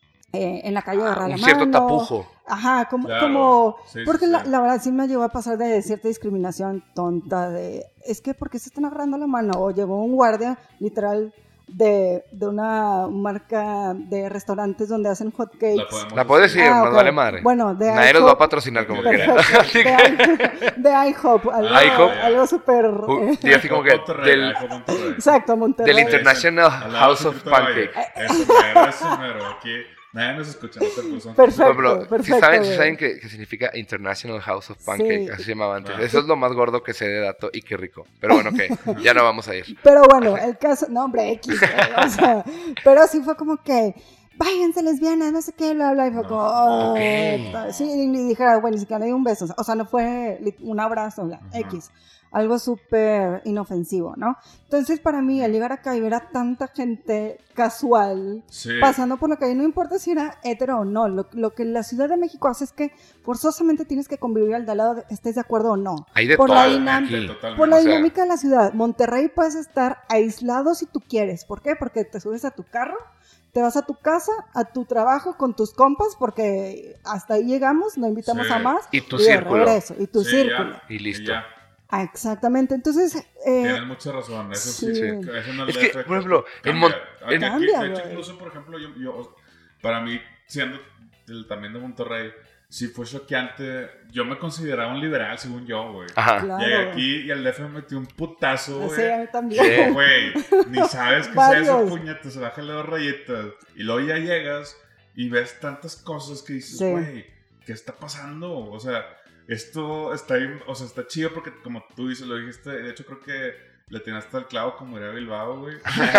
eh, en la calle, agarrar Un la cierto mano. tapujo. Ajá, como, Claro. como Sí, sí, porque sí. La, la verdad sí me llegó a pasar de cierta discriminación tonta de, es que ¿por qué se están agarrando la mano? O llegó un guardia literal de, de una marca de restaurantes donde hacen hot cakes. La podemos La puedes decir, Ah, nos ok. vale madre. Bueno, de Nadie nos va a IHOP. patrocinar como quiera. Perfecto, Así que- de, de IHOP, algo, IHOP. algo súper... Uh, eh, y así como que Monterrey, del, Idaho, Monterrey. exacto, Monterrey. del International Al lado House del of Circuito de Pancake. Valle. Eso mero, eso mero. Aquí nadie nos escucha, no te puso. Por Perfecto. ejemplo, si perfecto, saben, sí güey. saben que, que significa International House of Pancake, Sí. así se llamaba antes. Ah. Eso es lo más gordo que sé de dato y qué rico. Pero bueno, ok, ya no vamos a ir. Pero bueno, el caso, no hombre, X, güey, o sea, pero sí fue como que, váyanse lesbianas, no sé qué, bla, bla, y fue No. como, oh, Ok. ta- sí, y dijera, bueno, ni siquiera le di un beso, o sea, no fue li- un abrazo, bla, Ajá. X, algo súper inofensivo, ¿no? Entonces, para mí, al llegar acá y ver a tanta gente casual, Sí. pasando por la calle, no importa si era hetero o no, lo, lo que la Ciudad de México hace es que forzosamente tienes que convivir al de al lado, de- estés de acuerdo o no. Hay de Por todo la dinam- aquí. Totalmente. Por la O sea- dinámica de la ciudad, Monterrey puedes estar aislado si tú quieres. ¿Por qué? Porque te subes a tu carro, te vas a tu casa, a tu trabajo con tus compas, porque hasta ahí llegamos, no invitamos Sí. a más. Y tu de círculo. regreso, y tu Sí, círculo. ya, Y listo. ya. Ah, exactamente. Entonces, eh, Tienes mucha razón, eso sí. Sí. sí, eso no Es le que, afecta. por ejemplo, en Cambia. Mon- Aquí- en- aquí, Cambia, de hecho, güey. incluso, por ejemplo, yo, yo- para mí, siendo del- también de Monterrey, sí fue choqueante. Yo me consideraba un liberal, según yo, güey. Ajá. claro. Llegué aquí y el D F me metió un putazo, güey. Sí, a mí también. Sí. Güey, ni sabes qué es eso, Varios. puñetas, bájale dos rayitas. Y luego ya llegas y ves tantas cosas que dices, Sí. güey, ¿qué está pasando? O sea, esto está ahí, o sea, está chido porque como tú dices, lo dijiste, de hecho creo que le tiraste al clavo como era Bilbao, güey.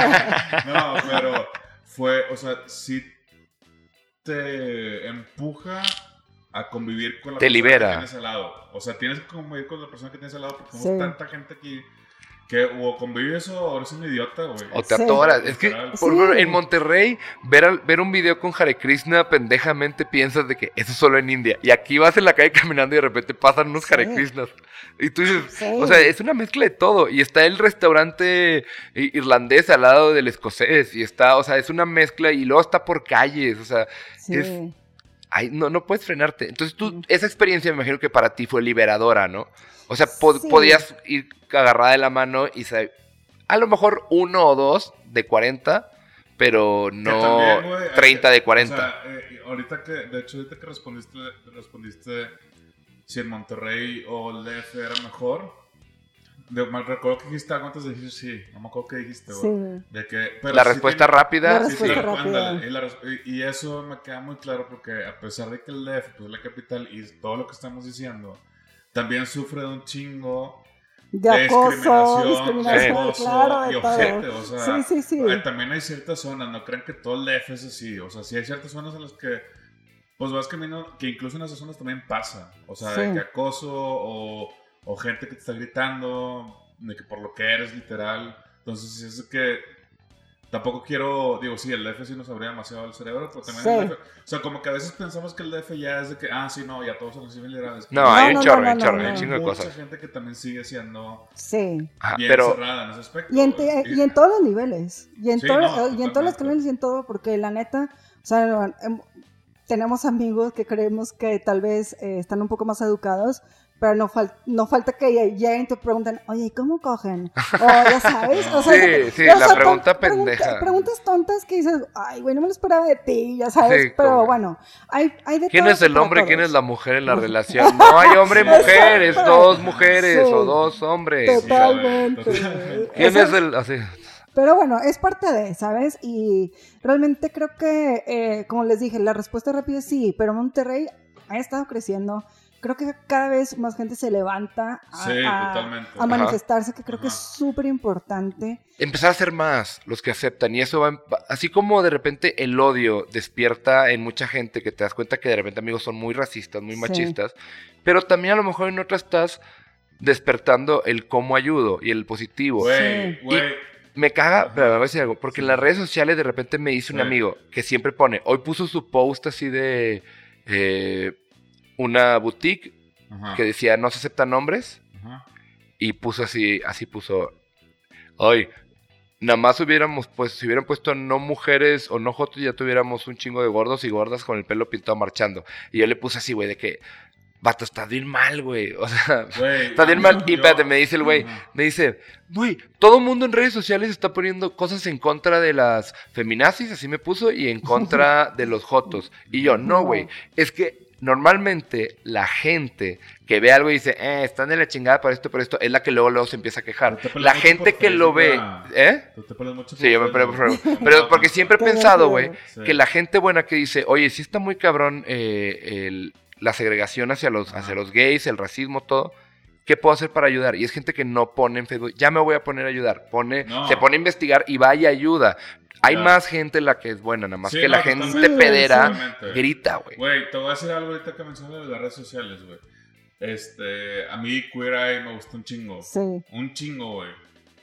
No, pero fue, o sea, sí te empuja a convivir con la Te persona libera. que tienes al lado. O sea, tienes que convivir con la persona que tienes al lado porque Sí. somos tanta gente aquí que o convives o eres un idiota, güey. O te Sí. atoras. Es que, Literal. por Sí. ejemplo, en Monterrey, ver, al- ver un video con Hare Krishna, pendejamente piensas de que eso es solo en India. Y aquí vas en la calle caminando y de repente pasan unos Sí. Hare Krishnas. Y tú dices, Sí. o sea, es una mezcla de todo. Y está el restaurante i- irlandés al lado del escocés. Y está, o sea, es una mezcla. Y luego está por calles. O sea, Sí. es- ay, no, no puedes frenarte. Entonces tú, Mm. esa experiencia me imagino que para ti fue liberadora, ¿no? O sea, po- Sí. podías ir agarrada de la mano y sa- a lo mejor uno o dos de cuarenta, pero Que no también, güey, treinta de o cuarenta. sea, eh, ahorita que, de hecho, ahorita que respondiste, respondiste si en Monterrey o el D F era mejor, De, me recuerdo que dijiste algo antes de decir sí. No me acuerdo qué dijiste, güey. Sí. De que, pero La sí respuesta tiene- rápida. La Sí, respuesta sí, rápida. ándale. Y, la res- y- y eso me queda muy claro porque a pesar de que el D F pues, es la capital y todo lo que estamos diciendo, también sufre de un chingo De de acoso, discriminación, discriminación, de acoso claro, de y todo. ojete, o sea, Sí, sí, sí. eh, también hay ciertas zonas, no crean que todo el D F es así, o sea, sí hay ciertas zonas en las que pues vas caminando, que incluso en esas zonas también pasa, o sea, de Sí. que acoso o, o gente que te está gritando, de que por lo que eres literal, entonces es que tampoco quiero, digo, sí, el D F sí nos abría demasiado el cerebro, pero también Sí. el D F, o sea, como que a veces pensamos que el D F ya es de que, ah, sí, no, ya todos son así liberales. No, No, hay un no, chorro, no, hay un no, chorro, no, hay un no. chingo de mucha cosas. gente que también sigue siendo Sí. Ajá, bien pero cerrada en ese aspecto. Y en, güey. te- y en todos los niveles. Y en, Sí, todo- no, y en todos los totalmente. canales y en todo, porque la neta, o sea, em, tenemos amigos que creemos que tal vez eh, están un poco más educados, pero no, fal- no falta que lleguen y te pregunten, oye, ¿y cómo cogen? O ya sabes. O sea, Sí, sí, o la sea, pregunta ton- pregunta- pendeja. preguntas tontas que dices, ay, güey, no me lo esperaba de ti, ya sabes. Sí, pero como- bueno, hay, hay de ¿quién todo es el para hombre y quién todos. es la mujer en la relación? No hay hombre y Sí. mujer, es Exacto. dos mujeres Sí. o dos hombres. Sí, Totalmente. güey, totalmente. ¿Quién Eso- es el...? Así. Pero bueno, es parte de, ¿sabes? Y realmente creo que, eh, como les dije, la respuesta rápida es sí, pero Monterrey ha estado creciendo. Creo que cada vez más gente se levanta a, Sí, a- totalmente. a manifestarse, que creo que es Ajá. súper importante. Empezar a ser más los que aceptan y eso va, en- va- así como de repente el odio despierta en mucha gente que te das cuenta que de repente amigos son muy racistas, muy Sí. machistas, pero también a lo mejor en otra estás despertando el cómo ayudo y el positivo. Güey, Sí. güey. Me caga, Ajá. pero me voy a decir algo, porque Sí. en las redes sociales de repente me dice un Sí. amigo que siempre pone, hoy puso su post así de eh, una boutique Ajá, que decía no se aceptan nombres ajá. y puso así, así puso, hoy nada más hubiéramos pues si hubieran puesto no mujeres o no jotos ya tuviéramos un chingo de gordos y gordas con el pelo pintado marchando. Y yo le puse así, güey, de que, vato, está bien mal, güey, o sea... Güey, Está bien yo- mal. Y yo- espérate, me dice el güey, Ajá. me dice, güey, todo el mundo en redes sociales está poniendo cosas en contra de las feminazis, así me puso, y en contra de los jotos. Y yo, no, güey, es que normalmente la gente que ve algo y dice, eh, están de la chingada por esto, por esto, es la que luego, luego se empieza a quejar. Pero te peleas La mucho gente por que lo Facebook, ve, ¿verdad? ¿eh? Tú te peleas mucho Sí, yo me peleo por Facebook. favor. Pero porque siempre he Qué pensado, divertido. güey, Sí. que la gente buena que dice, oye, sí está muy cabrón eh, el- la segregación hacia los, Ajá. hacia los gays, el racismo, todo. ¿Qué puedo hacer para ayudar? Y es gente que no pone en Facebook, ya me voy a poner a ayudar. Pone, No. se pone a investigar y va y ayuda. Hay Ya. más gente la que es buena, nada más Sí, que no, la gente totalmente, pedera totalmente. grita, güey. Güey, te voy a decir algo ahorita que mencionas de las redes sociales, güey. Este, a mí Queer Eye me gustó un chingo. Sí. Un chingo, güey.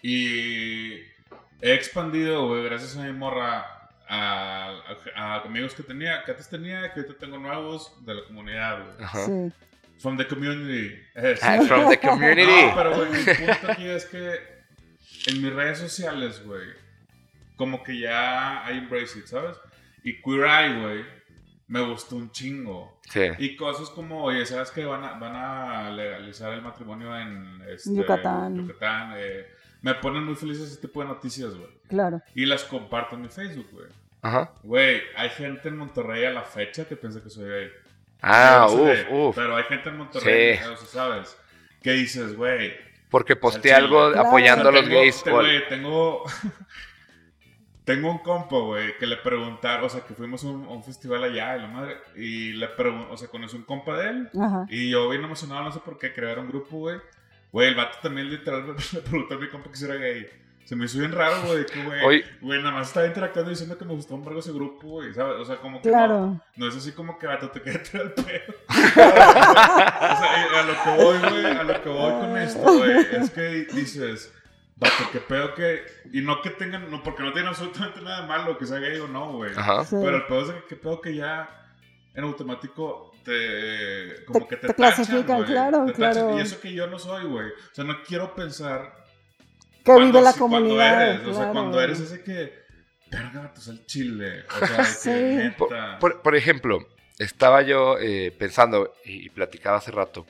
Y he expandido, güey, gracias a mi morra, a, a- a amigos que tenía, que antes tenía, que ahorita tengo nuevos de la comunidad, güey. Ajá. Sí. From the community. Es. Ah, from the community. No, pero, güey, mi punto aquí es que en mis redes sociales, güey, como que ya I embrace it, ¿sabes? Y Queer Eye, güey, me gustó un chingo. Sí. Y cosas como, oye, ¿sabes que van a, van a legalizar el matrimonio en este, Yucatán. Yucatán, eh, me ponen muy felices ese tipo de noticias, güey. Claro. Y las comparto en mi Facebook, güey. Ajá. Güey, hay gente en Monterrey a la fecha que piensa que soy gay. Ah, Yo no sé, uf, uf. Pero hay gente en Monterrey, Sí. o sea, ¿sabes? Que dices, güey. Porque posté Al chile. algo Claro. apoyando a O sea, los tengo- gays. te- o al- güey, tengo. Tengo un compa, güey, que le preguntaron, o sea, que fuimos a un, a un festival allá, y la madre, y le preguntó, o sea, conocí un compa de él, Ajá. y yo bien emocionado, no sé por qué, crear un grupo, güey. Güey, el vato también literal le preguntó a mi compa que si era gay. Se me hizo bien raro, güey, que, güey, Oye. güey, nada más estaba interactuando diciendo que me gustó un vergo ese grupo, güey, ¿sabes? O sea, como que no, Claro. no es así como que, vato, te quedaste al pedo. O sea, y a lo que voy, güey, a lo que voy con esto, güey, es que dices, vato, qué pedo que... Y no que tengan, no, porque no tienen absolutamente nada de malo que sea gay o no, güey. Ajá. Sí. Pero el pedo es que qué pedo que ya en automático te... Como Te- que te, te tachan, clasifican, güey. claro, Te tachan, claro. Y eso que yo no soy, güey. O sea, no quiero pensar... Que cuando- vive la sí, cuando comunidad. eres, o sea, claro. cuando eres ese que... Verga, vato, es el chile. O sea, de que Sí. neta... Por, por- por ejemplo, estaba yo eh, pensando y, y platicaba hace rato.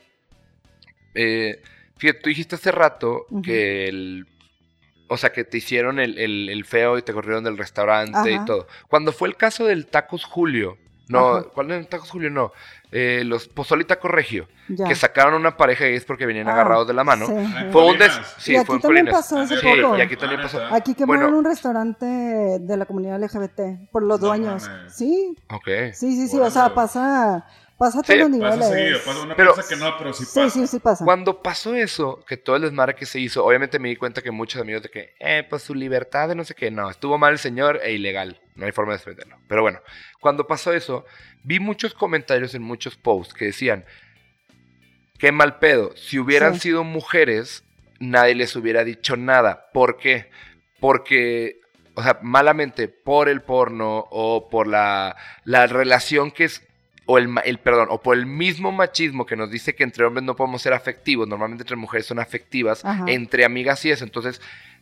Eh, fíjate, tú dijiste hace rato Ujú. que el. O sea, que te hicieron el, el- el feo y te corrieron del restaurante Ajá. y todo. Cuando fue el caso del Tacos Julio, No, Ajá. ¿cuál eran Tacos Julio? No. Eh, los Pozole y Taco Regio. Ya. Que sacaron una pareja de gays porque venían Ah, agarrados de la mano. sí. Fue un des... Colinas. Sí, Y aquí fue en también Colinas. pasó hace Sí, poco. y aquí también Ah, pasó. neta. Aquí quemaron Bueno. un restaurante de la comunidad L G B T por los No dueños. mames. Sí, Ok. sí, sí, sí. Órale. O sea, pasa, pasa a Sí, todos los Pasa niveles. seguido, pasa una Pero- piensa que no, pero sí Sí, pasa. sí, sí pasa. Cuando pasó eso, que todo el desmadre que se hizo, obviamente me di cuenta que muchos amigos de que, eh, pues su libertad de no sé qué, no, estuvo mal el señor e ilegal, no hay forma de defenderlo. Pero bueno, cuando pasó eso, vi muchos comentarios en muchos posts que decían, qué mal pedo, si hubieran Sí. sido mujeres, nadie les hubiera dicho nada. ¿Por qué? Porque, o sea, malamente por el porno o por la, la relación que es... O el, ma- el, perdón, o por el mismo machismo que nos dice que entre hombres no podemos ser afectivos, normalmente entre mujeres son afectivas, Ajá. entre amigas y eso. Entonces,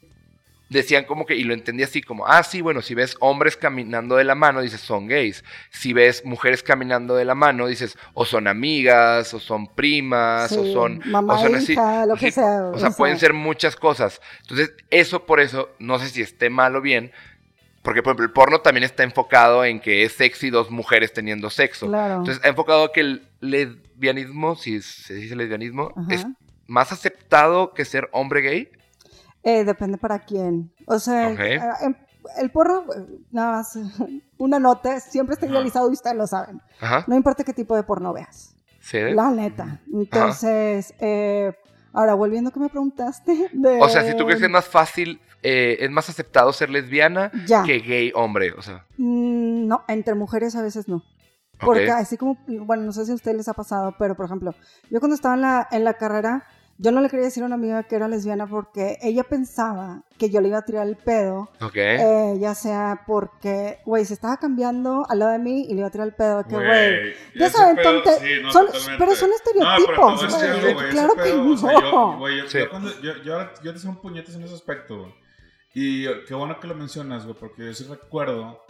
decían como que, y lo entendí así como, ah, sí, bueno, si ves hombres caminando de la mano, dices, son gays. Si ves mujeres caminando de la mano, dices, o son amigas, o son primas, o Sí, son... mamá, o son así. hija, lo que Sí, sea. O sea, pueden ser muchas cosas. Entonces, eso por eso, no sé si esté mal o bien, porque, por ejemplo, el porno también está enfocado en que es sexy dos mujeres teniendo sexo. Claro. Entonces, ha enfocado que el lesbianismo, si se dice lesbianismo, Ajá. es más aceptado que ser hombre gay. Eh, depende para quién. O sea, Ok. eh, em- el porro, eh, nada más, una nota, siempre está Ajá. idealizado y ustedes lo saben. Ajá. No importa qué tipo de porno veas. ¿Sí? La neta. Entonces, eh, ahora, volviendo a que me preguntaste. De... O sea, si tú crees que es más fácil, eh, es más aceptado ser lesbiana Ya. que gay hombre, o sea. Mm, no, entre mujeres a veces no. Ok. Porque así como, bueno, no sé si a ustedes les ha pasado, pero por ejemplo, yo cuando estaba en la, en la carrera, yo no le quería decir a una amiga que era lesbiana porque ella pensaba que yo le iba a tirar el pedo, Ok. eh, ya sea porque, güey, se estaba cambiando al lado de mí y le iba a tirar el pedo, que, güey, ya ese saben, pedo, tonte- sí, no, son- totalmente. pero son No, estereotipos, pero te voy a decir güey, algo, güey, claro ese que pedo, o sea, yo, no. güey, yo, Sí. yo cuando, yo, yo, yo te hacía un puñetes en ese aspecto, güey. Y qué bueno que lo mencionas, güey, porque yo sí recuerdo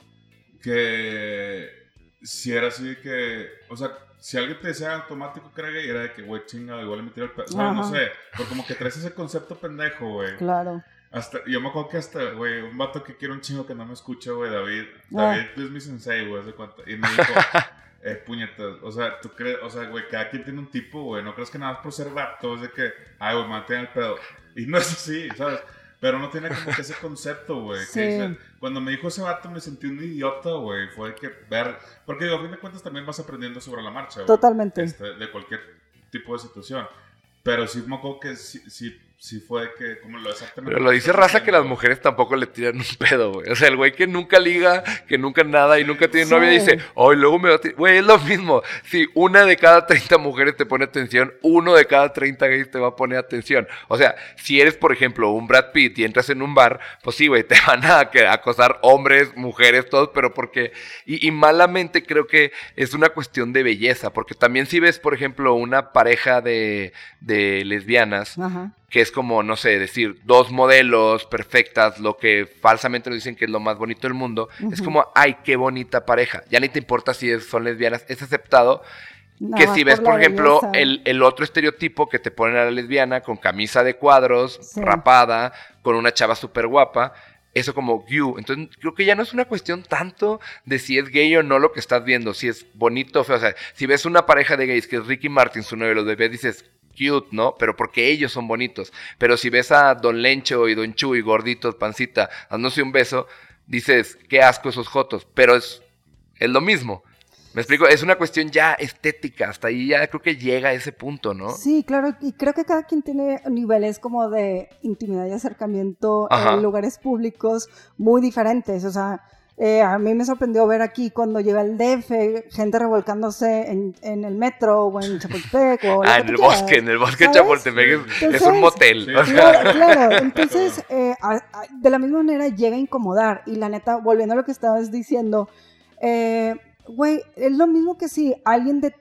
que si era así de que, o sea, si alguien te decía automático que era gay, era de que, güey, chinga, igual me tiró el pedo. O sea, no Ajá. sé, porque como que traes ese concepto pendejo, güey. Claro. Hasta, yo me acuerdo que hasta, güey, un vato que quiere un chingo que no me escucha, güey, David. Ah. David es mi sensei, güey, hace cuenta. Y me dijo, eh, puñetas, o sea, tú crees, o sea, güey, cada quien tiene un tipo, güey, no crees que nada más por ser vato es de que, ay, güey, mantén el pedo. Y no es así, ¿sabes? Pero no tiene como que ese concepto, güey. Sí. Que dice, cuando me dijo ese vato me sentí un idiota, güey. Fue que ver, porque digo, a fin de cuentas también vas aprendiendo sobre la marcha, güey. Totalmente. Este, de cualquier tipo de situación. Pero sí me acuerdo que sí, sí, sí fue que, como lo exactamente. Pero lo dice raza que las mujeres tampoco le tiran un pedo, güey. O sea, el güey que nunca liga, que nunca nada y nunca tiene Sí. novia dice, oh, y luego me va a tirar. Güey, es lo mismo. Si una de cada treinta mujeres te pone atención, uno de cada treinta gays te va a poner atención. O sea, si eres, por ejemplo, un Brad Pitt y entras en un bar, pues sí, güey, te van a que- acosar hombres, mujeres, todos, pero porque. Y, y malamente creo que es una cuestión de belleza, porque también si ves, por ejemplo, una pareja de, de lesbianas. Ajá. Que es como, no sé, decir, dos modelos perfectas, lo que falsamente nos dicen que es lo más bonito del mundo, es Ujú. como, ay, qué bonita pareja. Ya ni te importa si es- son lesbianas, es aceptado. Nada Que más si ves, por por la ejemplo, belleza. el, el otro estereotipo que te ponen a la lesbiana con camisa de cuadros, Sí. rapada, con una chava súper guapa, eso como you. Entonces, creo que ya no es una cuestión tanto de si es gay o no lo que estás viendo, si es bonito o feo. O sea, si ves una pareja de gays que es Ricky Martin, su novio, los bebés, dices cute, ¿no? Pero porque ellos son bonitos. Pero si ves a Don Lencho y Don Chuy, gorditos, pancita, dándose un beso, dices, qué asco esos jotos. Pero es, es lo mismo. ¿Me explico? Es una cuestión ya estética. Hasta ahí ya creo que llega a ese punto, ¿no? Sí, claro, y creo que cada quien tiene niveles como de intimidad y acercamiento Ajá. en lugares públicos muy diferentes. O sea, eh, a mí me sorprendió ver aquí cuando llega el D F, gente revolcándose en, en el metro o en Chapultepec o lo Ah, que en tú el quieras, bosque, en el bosque de ¿sabes? Chapultepec es, Entonces, es un motel. sí, o sea, Claro, claro. Entonces, eh, a- a- de la misma manera llega a incomodar. Y la neta, volviendo a lo que estabas diciendo, eh, güey, es lo mismo que si alguien de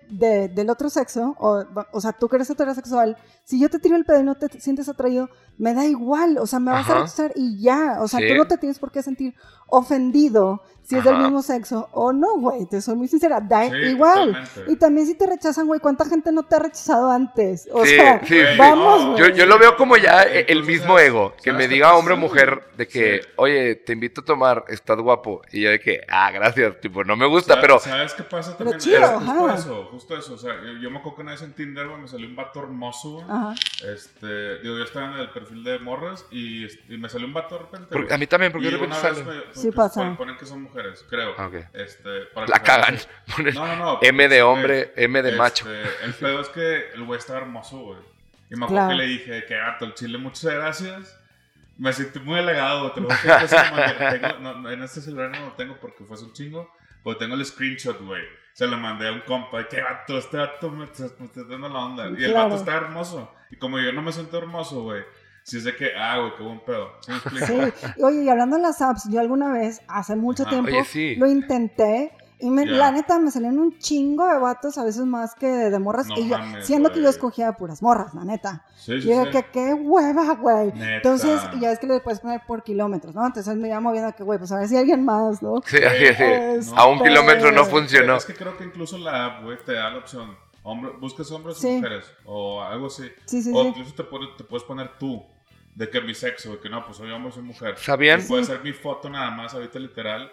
de, del otro sexo, o, o sea, tú que eres heterosexual, si yo te tiro el pedo y no te sientes atraído, me da igual, o sea, me vas Ajá. a rechazar y ya, o sea, Sí. tú no te tienes por qué sentir ofendido si es Ajá. del mismo sexo o no, güey, te soy muy sincera, da Sí, igual. totalmente. Y también si te rechazan, güey, ¿cuánta gente no te ha rechazado antes? O Sí, sea, sí, sí. vamos, No, güey. Yo, yo lo veo como ya Sí, el entonces, mismo ¿sabes- ego, que sabes me qué diga pasa, hombre o güey? mujer de que, Sí. oye, te invito a tomar, estás guapo. Y yo de que, ah, gracias, tipo, no me gusta, ¿Sabes- pero... ¿Sabes qué pasa Pero también? chido, Es justo ajá. eso, justo eso. O sea, yo, yo me acuerdo que una vez en Tinder, güey, me salió un vato hermoso, güey. Ajá. Este, digo, yo estaba en el perfil de morras y, y me salió un vato de repente. Porque- güey. a mí también, porque Y de repente una vez sale. me- Sí porque pasa. Ponen, ponen que son mujeres, creo. Ah, ok. Este, para La que cagan. sean- Ponen No, no, no. M de este, hombre, M de este, macho. El pedo es que el güey estaba hermoso, güey. Y me acuerdo Claro. que le dije, que gato, el chile, muchas gracias. Me sentí muy halagado, güey. Te lo juro que después se lo mandé. Tengo- no, no, en este celular no lo tengo porque fue un chingo. Pero tengo el screenshot, güey. Se lo mandé a un compa. Que gato, este gato me está, me está dando la onda. Y el Claro. vato está hermoso. Y como yo no me siento hermoso, güey. Si es de que, ah, güey, qué buen pedo. ¿Sí me explico? Sí, y oye, y hablando de las apps, yo alguna vez, hace mucho Ajá. tiempo, Oye, sí. lo intenté y me, Ya. la neta me salían un chingo de vatos, a veces más que de, de morras, No y yo, mames, siendo que yo güey. escogía puras morras, la neta. Sí, sí, Y yo sí. que qué hueva, güey. Neta. Entonces, y ya es que le puedes poner por kilómetros, ¿no? Entonces me iba moviendo que, güey, pues a ver si hay alguien más, ¿no? Sí, así, así. Este, A un kilómetro no funcionó. Es que creo que incluso la app, güey, te da la opción. Hombre, buscas hombres Sí. o mujeres. O algo así. Sí, sí, o sí. incluso te, pone- te puedes poner tú. De que mi sexo, de que no, pues soy hombre o soy mujer. ¿Sabían? Y puede ser mi foto nada más, ahorita literal.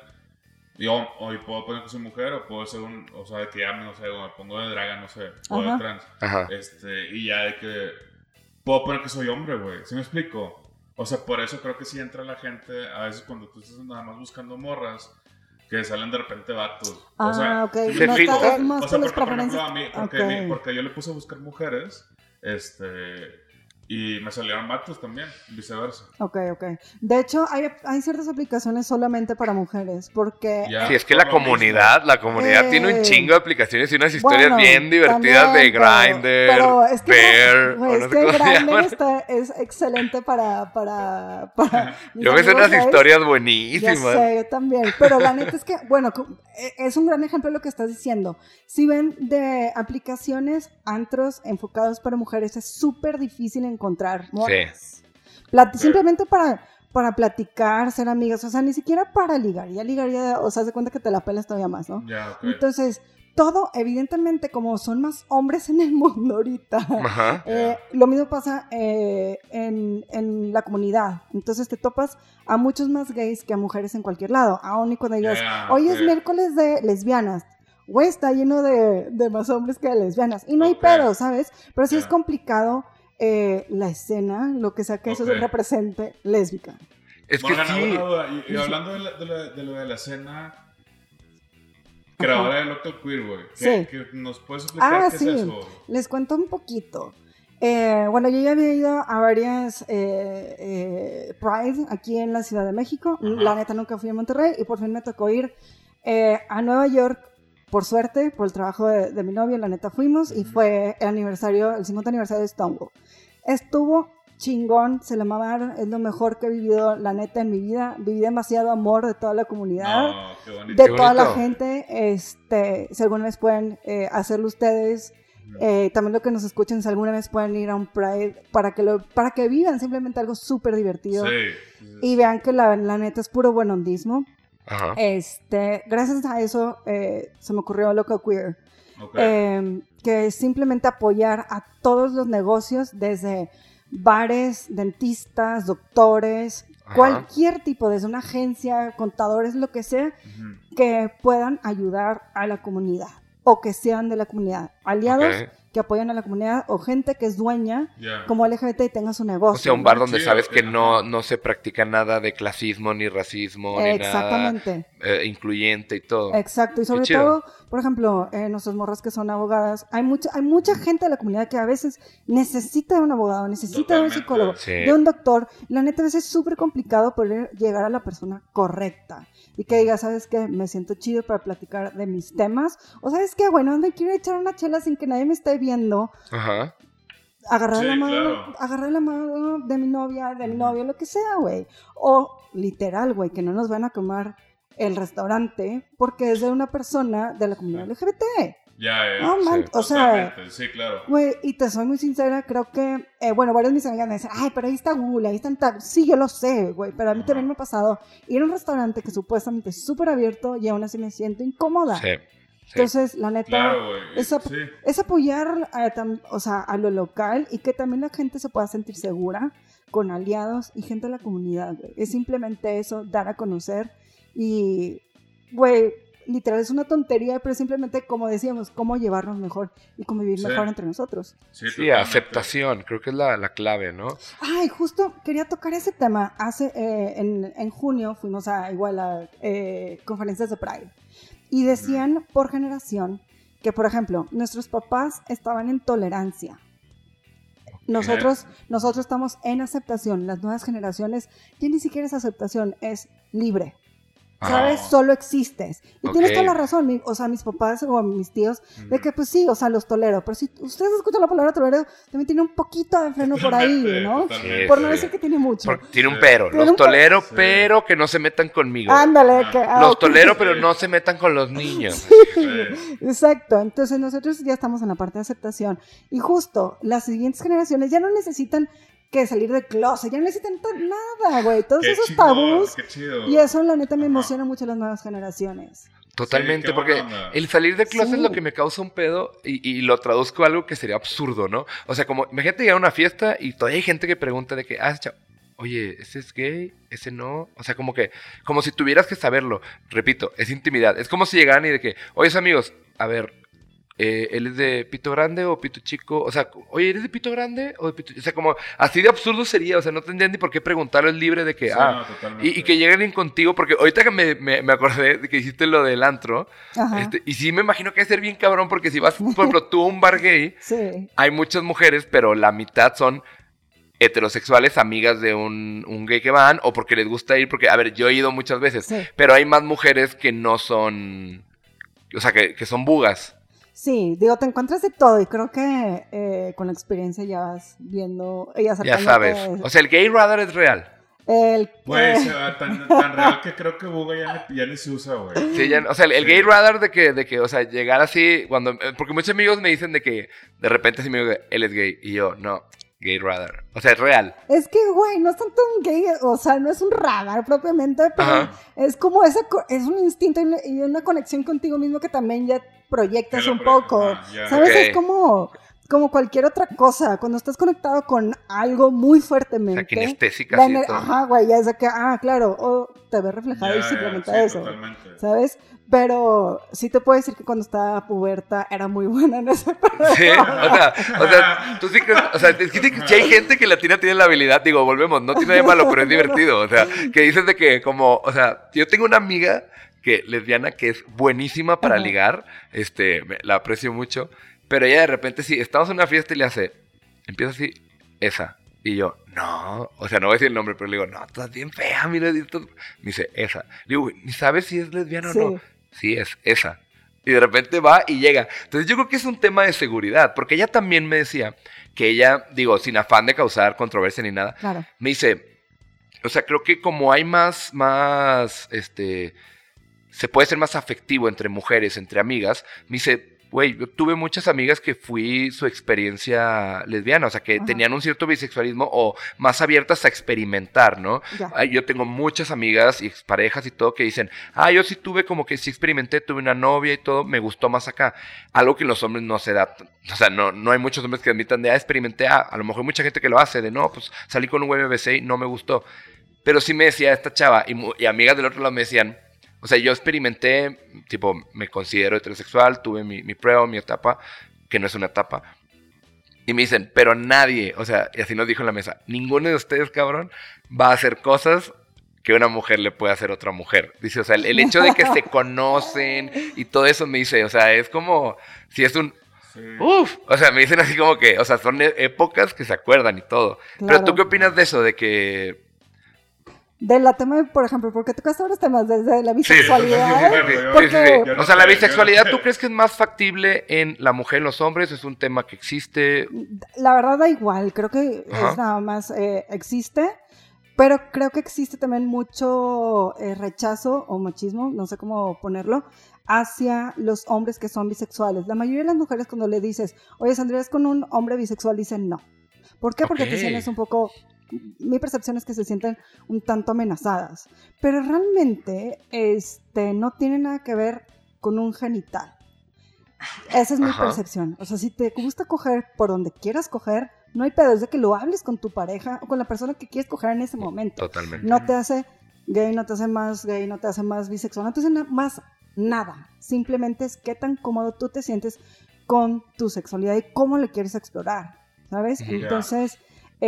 Y o, o y puedo poner que soy mujer, o puedo ser un. O sea, de que ya me, no sé, o me pongo de draga, no sé. O Ajá. de trans. Ajá. Este, y ya de que. Puedo poner que soy hombre, güey. ¿Sí me explico? O sea, por eso creo que sí entra la gente. A veces cuando tú estás nada más buscando morras. Que salen de repente vatos. Ah, o sea, ok. ¿sí me Se No filtra. está, es más o sea, por las porque, por ejemplo, preferencias. a mí, porque, Ok. mi- porque yo le puse a buscar mujeres, este, y me salieron vatos también, viceversa. Ok, ok. De hecho, hay, hay ciertas aplicaciones solamente para mujeres, porque... Ya, Sí, es que por la lo comunidad, la comunidad Eh, tiene un chingo de aplicaciones y unas historias Bueno, bien divertidas también, de pero- Grindr, pero es que, Bear, güey, o es no sé que cómo se Grindr llaman. está, es excelente para, para, para mis Yo me sé amigos unas gays. historias Ya buenísimas. sé, yo también. Pero la neta es que, bueno, cu- e- es un gran ejemplo de lo que estás diciendo. Si ven de aplicaciones, antros enfocados para mujeres, es súper difícil encontrar morras. Plat- Sí. Simplemente para, para platicar, ser amigas, o sea, ni siquiera para ligar. Ya ligaría, o sea, haz de cuenta que te la pelas todavía más, ¿no? Ya, ok. Entonces, todo, evidentemente, como son más hombres en el mundo ahorita, Ajá. eh, lo mismo pasa eh, en, en la comunidad. Entonces te topas a muchos más gays que a mujeres en cualquier lado. Aún y cuando digas, Ya, hoy es ok. miércoles de lesbianas. Güey, está lleno de, de más hombres que de lesbianas. Y no hay Ok. pedo, ¿sabes? Pero sí Ya. es complicado eh, la escena, lo que sea que eso Ok. represente lésbica. Es que Morgana, sí. una duda, y, y hablando de, la- de, la- de lo de la escena, creadora de Local Queer, güey. ¿qué- Sí. qué- ¿Nos puedes explicar Ah, qué sí. es eso? Les cuento un poquito. Eh, bueno, yo ya había ido a varias eh, eh, Pride aquí en la Ciudad de México. Ajá. La neta nunca fui a Monterrey y por fin me tocó ir eh, a Nueva York. Por suerte, por el trabajo de, de mi novio, la neta fuimos y Ujú. fue el aniversario, el cincuenta aniversario de Stonewall. Estuvo chingón, se la mamaron, es lo mejor que he vivido, la neta, en mi vida. Viví demasiado amor de toda la comunidad. No, qué bonito. De Qué toda la bonito. gente, este, si alguna vez pueden eh, hacerlo ustedes, eh, también lo que nos escuchen, si alguna vez pueden ir a un Pride para que, lo, para que vivan simplemente algo súper divertido Sí. sí, sí. y vean que la, la neta es puro buenondismo. Ajá. Este, gracias a eso eh, se me ocurrió Local Queer, Ok. eh, que es simplemente apoyar a todos los negocios, desde bares, dentistas, doctores, Ajá. cualquier tipo, desde una agencia, contadores, lo que sea, Ujú. que puedan ayudar a la comunidad o que sean de la comunidad, aliados Ok. que apoyan a la comunidad o gente que es dueña Ya. como L G B T y tenga su negocio. O sea, un bar ¿no? donde Chido, sabes que- que no, ajá. no se practica nada de clasismo, ni racismo, ni nada Exactamente, eh, incluyente y todo. exacto. Y sobre chido. todo, por ejemplo, eh, nuestras morras que son abogadas, hay mucha, hay mucha gente de la comunidad que a veces necesita de un abogado, necesita de un Totalmente. psicólogo, Sí. de un doctor. La neta, a veces es súper complicado poder llegar a la persona correcta. Y que diga, ¿sabes qué? Me siento chido para platicar de mis temas. O ¿sabes qué? Bueno, me quiero echar una chela sin que nadie me esté viendo. Ajá. Agarrar Sí, la mano, claro. agarrar la mano de mi novia, de mi novio, lo que sea, güey. O literal, güey, que no nos van a quemar el restaurante porque es de una persona de la comunidad L G B T. Ya, ya. No, man, Sí, o sea, totalmente. Sí, claro. güey, y te soy muy sincera, creo que, eh, bueno, varias de mis amigas me dicen, ay, pero ahí está Google, ahí están tal. Sí, yo lo sé, güey, pero a mí Ajá. también me ha pasado ir a un restaurante que supuestamente es súper abierto y aún así me siento incómoda. Sí. sí. Entonces, la neta, Claro, güey. es, ap- Sí. es apoyar a, tam- o sea, a lo local y que también la gente se pueda sentir segura con aliados y gente de la comunidad, güey. Es simplemente eso, dar a conocer y, güey, literal es una tontería, pero simplemente, como decíamos, cómo llevarnos mejor y convivir Sí. mejor entre nosotros. Sí, Sí, totalmente. aceptación, creo que es la, la clave, ¿no? Ay, justo quería tocar ese tema. Hace, eh, en, en junio fuimos a igual a eh, conferencias de Pride y decían por generación que, por ejemplo, nuestros papás estaban en tolerancia. Nosotros, nosotros estamos en aceptación. Las nuevas generaciones ya ni siquiera es aceptación, es libre. ¿Sabes? Ah. Solo existes. Y Ok. tienes toda la razón. mi- o sea, mis papás o mis tíos, de que pues sí, o sea, los tolero. Pero si ustedes escuchan la palabra tolero, también tiene un poquito de freno por ahí, Totalmente, ¿no? totalmente. Por no Sí. decir que tiene mucho. Porque tiene un Sí. pero, Tiene los un pero. tolero, Sí. pero que no se metan conmigo. Ándale, Ah. que, ah, Los ok. tolero, pero no se metan con los niños. Sí. Exacto, entonces nosotros ya estamos en la parte de aceptación y justo las siguientes generaciones ya no necesitan que salir del closet, ya no necesitan to- nada, güey, todos Qué esos chingón, tabús qué chido. y eso la neta me Ajá. emociona mucho a las nuevas generaciones. Totalmente, Sí, qué porque buena onda. el salir de closet Sí. es lo que me causa un pedo y, y lo traduzco a algo que sería absurdo, ¿no? O sea, como, imagínate llegar a una fiesta y todavía hay gente que pregunta de que, ah, chao, oye, ¿ese es gay? ¿Ese no? O sea, como que, como si tuvieras que saberlo. Repito, es intimidad. Es como si llegaran y de que, oye, amigos, a ver, eh, ¿él es de pito grande o pito chico? O sea, oye, ¿eres de pito grande o de pito chico? O sea, como, así de absurdo sería, o sea, no tendrían ni por qué preguntarlo, es libre de que, Sí, ah, no, totalmente. y, y que lleguen contigo, porque ahorita que me, me, me acordé de que hiciste lo del antro, Ajá. este, y sí me imagino que debe ser bien cabrón, porque si vas, por ejemplo, tú a un bar gay, Sí, hay muchas mujeres, pero la mitad son heterosexuales, amigas de un, un gay que van, o porque les gusta ir, porque, a ver, yo he ido muchas veces, sí. pero hay más mujeres que no son, o sea, que, que son bugas. Sí, digo, te encuentras de todo y creo que eh, con la experiencia ya vas viendo, ya, Ya sabes. O sea, el gay radar es real. el, Güey, eh, se va tan, tan real que creo que Buga ya ni, ya ni se usa, güey. Sí, ya- o sea, el, el Sí. gay radar de que, de que, o sea, llegar así, cuando, eh, porque muchos amigos me dicen de que de repente sí me digo, él es gay, y yo, no, gay radar. O sea, es real. es que, güey, no es tanto un gay, o sea, no es un radar propiamente, pero Ajá. es como esa, co- es un instinto y una- y una conexión contigo mismo que también ya proyectas Que lo un proyectas, poco. ah, ya. ¿Sabes? Ok. Es como, como cualquier otra cosa. Cuando estás conectado con algo muy O fuertemente. sea, kinestésica, la sí, ener- todo. Ajá, güey, ya es de que, ah, claro, o te ves reflejado Ya, y ya, simplemente sí, eso. totalmente. ¿Sabes? Pero sí te puedo decir que cuando estaba puberta era muy buena en ese pedo. Sí, o sea, o sea, tú sí crees, o sea, es que sí que hay gente que latina tiene la habilidad, digo, volvemos, no tiene nada de malo, pero es divertido, o sea, que dices de que como, o sea, yo tengo una amiga que lesbiana que es buenísima para Ajá. ligar, este, me- la aprecio mucho, pero ella de repente sí, estamos en una fiesta y le hace, empieza así, esa, y yo, no, o sea, no voy a decir el nombre, pero le digo, no, estás bien fea, mira, y esto- me dice, esa, le digo, ¿ni sabes si es lesbiana Sí. o no? Sí, es esa. Y de repente va y llega. Entonces yo creo que es un tema de seguridad, porque ella también me decía que ella, digo, sin afán de causar controversia ni nada, Claro. me dice, o sea, creo que como hay más, más, este, se puede ser más afectivo entre mujeres, entre amigas, me dice, güey, yo tuve muchas amigas que fui su experiencia lesbiana, o sea, que Ajá. tenían un cierto bisexualismo o más abiertas a experimentar, ¿no? Ya. Ay, yo tengo muchas amigas y exparejas y todo que dicen, ah, yo sí tuve como que sí experimenté, tuve una novia y todo, me gustó más acá. Algo que en los hombres no se da, o sea, no, no hay muchos hombres que admitan de, ah, experimenté, ah, a lo mejor hay mucha gente que lo hace, de no, pues salí con un güey, me besé y no me gustó. Pero sí me decía esta chava y, mu- y amigas del otro lado me decían, o sea, yo experimenté, tipo, me considero heterosexual, tuve mi, mi prueba, mi etapa, que no es una etapa. Y me dicen, pero nadie, o sea, y así nos dijo en la mesa, ninguno de ustedes, cabrón, va a hacer cosas que una mujer le puede hacer a otra mujer. Dice, o sea, el, el hecho de que se conocen y todo eso me dice, o sea, es como, si es un, Sí. uff, o sea, me dicen así como que, o sea, son e- épocas que se acuerdan y todo. Pero Claro. tú qué opinas de eso, de que... De la tema, por ejemplo, porque tocaste varios temas desde la Sí, bisexualidad. sí, sí, sí, porque- sí, sí. Yo no O sea, la sé, yo bisexualidad, no ¿tú sé. crees que es más factible en la mujer, en los hombres? ¿Es un tema que existe? La verdad da igual, creo que Ajá. es nada más, eh, existe. Pero creo que existe también mucho eh, rechazo o machismo, no sé cómo ponerlo, hacia los hombres que son bisexuales. La mayoría de las mujeres cuando le dices, oye, ¿saldrías con un hombre bisexual? Dicen no. ¿Por qué? Porque Ok. te sientes un poco... Mi percepción es que se sienten un tanto amenazadas. Pero realmente este, no tiene nada que ver con un genital. Esa es mi Ajá. percepción. O sea, si te gusta coger por donde quieras coger, no hay pedo, es de que lo hables con tu pareja o con la persona que quieres coger en ese momento. Totalmente. No te hace gay, no te hace más gay, no te hace más bisexual, no te hace na- más nada. Simplemente es qué tan cómodo tú te sientes con tu sexualidad y cómo le quieres explorar, ¿sabes? Ujú. Entonces,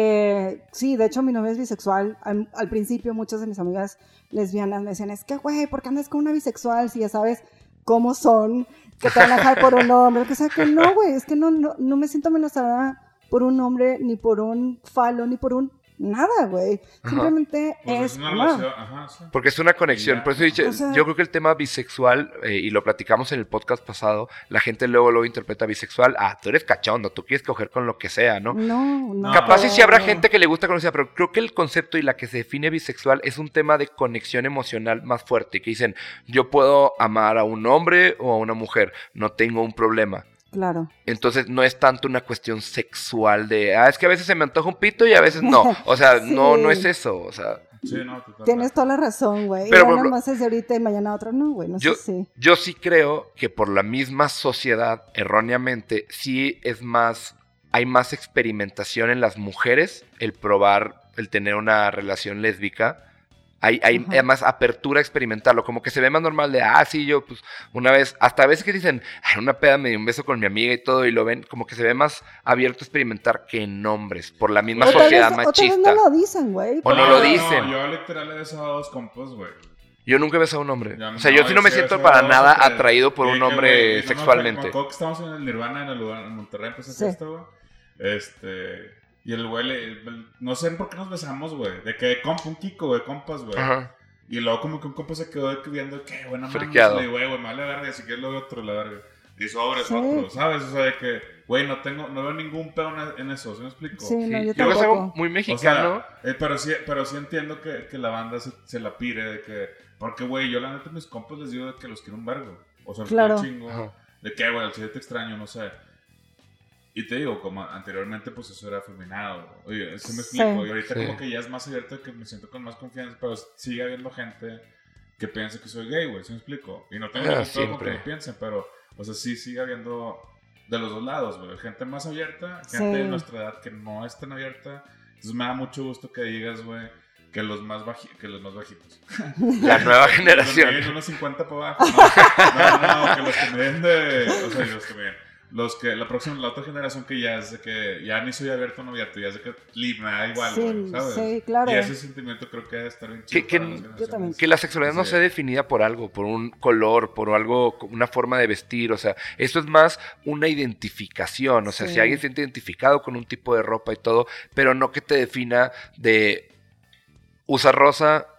eh, sí, de hecho mi novia es bisexual. Al, al principio muchas de mis amigas lesbianas me decían, es que, güey, ¿por qué andas con una bisexual si ya sabes cómo son, que te van a dejar por un hombre? O sea, que no, güey, es que no, no, no me siento amenazada por un hombre, ni por un falo, ni por un nada, güey. Ajá. Simplemente Pues es es una amor. relación, ajá, sí. Porque es una conexión. Ya. Por eso he dicho, O sea- yo creo que el tema bisexual, eh, y lo platicamos en el podcast pasado, la gente luego luego interpreta bisexual, ah, tú eres cachondo, tú quieres coger con lo que sea, ¿no? No, no. Capaz y no, sí habrá no. gente que le gusta conocer, pero creo que el concepto y la que se define bisexual es un tema de conexión emocional más fuerte, que dicen, yo puedo amar a un hombre o a una mujer, no tengo un problema. Claro. Entonces no es tanto una cuestión sexual de, ah, es que a veces se me antoja un pito y a veces no. O sea, Sí. no, no es eso, o sea... Sí, no, totalmente. Tienes toda la razón, güey. Y Pero, no por nada ejemplo, más es de ahorita y mañana otro, no, güey. No Yo, sé si. yo sí creo que por la misma sociedad, erróneamente, sí es más, hay más experimentación en las mujeres, el probar, el tener una relación lésbica. Hay, hay Ajá. más apertura a experimentarlo, como que se ve más normal de, ah, sí, yo, pues, una vez, hasta a veces que dicen, "Ay, una peda me dio un beso con mi amiga y todo", y lo ven, como que se ve más abierto a experimentar que en hombres, por la misma O tal sociedad vez- o tal vez machista. no lo dicen, güey. O no porque- lo dicen. yo literal he besado a dos compas, güey. Yo nunca he besado a un hombre. Ya O sea, yo sí no me sí he siento besado a para dos nada o tres. atraído por Y un que, hombre güey, y no me sexualmente. acuerdo que estábamos en el Nirvana en el lugar en Monterrey, empezó Sí. fiesta, güey. Este. Y el güey, le- el- no sé por qué nos besamos, güey. De que compa, un Kiko, güey, compas, güey. Ajá. Y luego como que un compa se quedó de que viendo que, bueno, mames, Friqueado. le digo, güey, güey, me vale verga, si quieres lo veo otro, la verga. Y sobres Sí. otro, ¿sabes? O sea, de que, güey, no tengo, no veo ningún pedo en- en eso, ¿sí me explico? Sí, no, Sí, yo creo que es algo tampoco. muy O mexicano. sea, eh, pero, sí, pero sí entiendo que, que la banda se, se la pire de que... Porque, güey, yo la neta a mis compas les digo de que los quiero un vergo. O sea, los Claro. quiero un chingo. Ajá. De que, güey, al chile te extraño, no sé. Y te digo, como anteriormente, pues eso era afeminado. Oye, ¿sí me Sí. explico? Y ahorita Sí. como que ya es más abierto, que me siento con más confianza. Pero sigue habiendo gente que piensa que soy gay, güey, ¿sí me explico? Y no tengo Ah, ningún problema con que siempre. lo piensen, pero, o sea, sí sigue habiendo de los dos lados, güey. Gente más abierta, gente Sí. de nuestra edad que no es tan abierta. Entonces me da mucho gusto que digas, güey, que los más baji que los más bajitos. La nueva Los que generación. miden unos cincuenta para abajo. No, no, no, que los que miden de. O sea, los que miden. Los que, la próxima, la otra generación que ya es de que ya ni soy abierto o no abierto, ya es de que li- me da igual, Sí, güey, ¿sabes? sí, claro. Y ese sentimiento creo que debe estar bien chido. Que- que- para las yo generaciones. también. Que la sexualidad no Sí. sea definida por algo, por un color, por algo, una forma de vestir, o sea, esto es más una identificación, o sea, Sí. si alguien se siente identificado con un tipo de ropa y todo, pero no que te defina de usas rosa,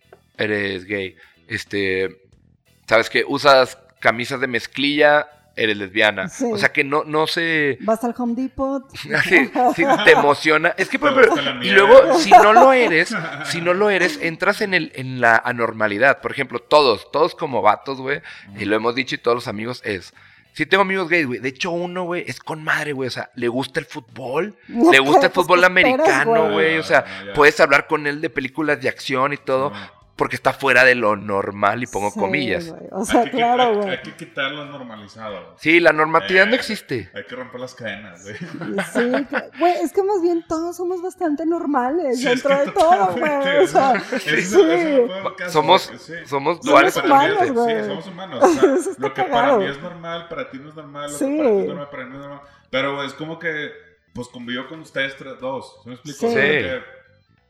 eres gay, este, sabes que usas camisas de mezclilla, eres lesbiana, Sí. o sea, que no, no se... Vas al Home Depot. Sí, sí, te emociona. Es que, Te pero- pero- gusta la y miel. luego, si no lo eres, si no lo eres, entras en el, en la anormalidad. Por ejemplo, todos, todos como vatos, güey, y lo hemos dicho y todos los amigos es. Sí tengo amigos gays, güey. De hecho, uno, güey, es con madre, güey. O sea, le gusta el fútbol. Le gusta el Pues, fútbol ¿qué esperas, americano, güey? güey. O sea, Ah, ya. puedes hablar con él de películas de acción y todo, Sí. porque está fuera de lo normal, y pongo Sí, comillas. güey. O Hay sea, que claro, quitar- güey. Hay que quitar lo normalizado. Sí, la normatividad no Eh, existe. Hay que romper las cadenas, güey. Sí, que- güey, es que más bien todos somos bastante normales Sí, es dentro que de todo, totalmente, güey. O sea, ese es sí. el- ese es el peor caso, Somos, porque sí. somos Somos duales. Para humanos, mí es- güey. Sí, somos humanos. O sea, Eso está lo que cagado. para mí es normal, para ti no es normal. Lo Sí. que para ti es normal, para mí no es normal. Pero güey, es como que, pues convivió con ustedes tres, dos. ¿Sí me explico? Sí. O sea, que-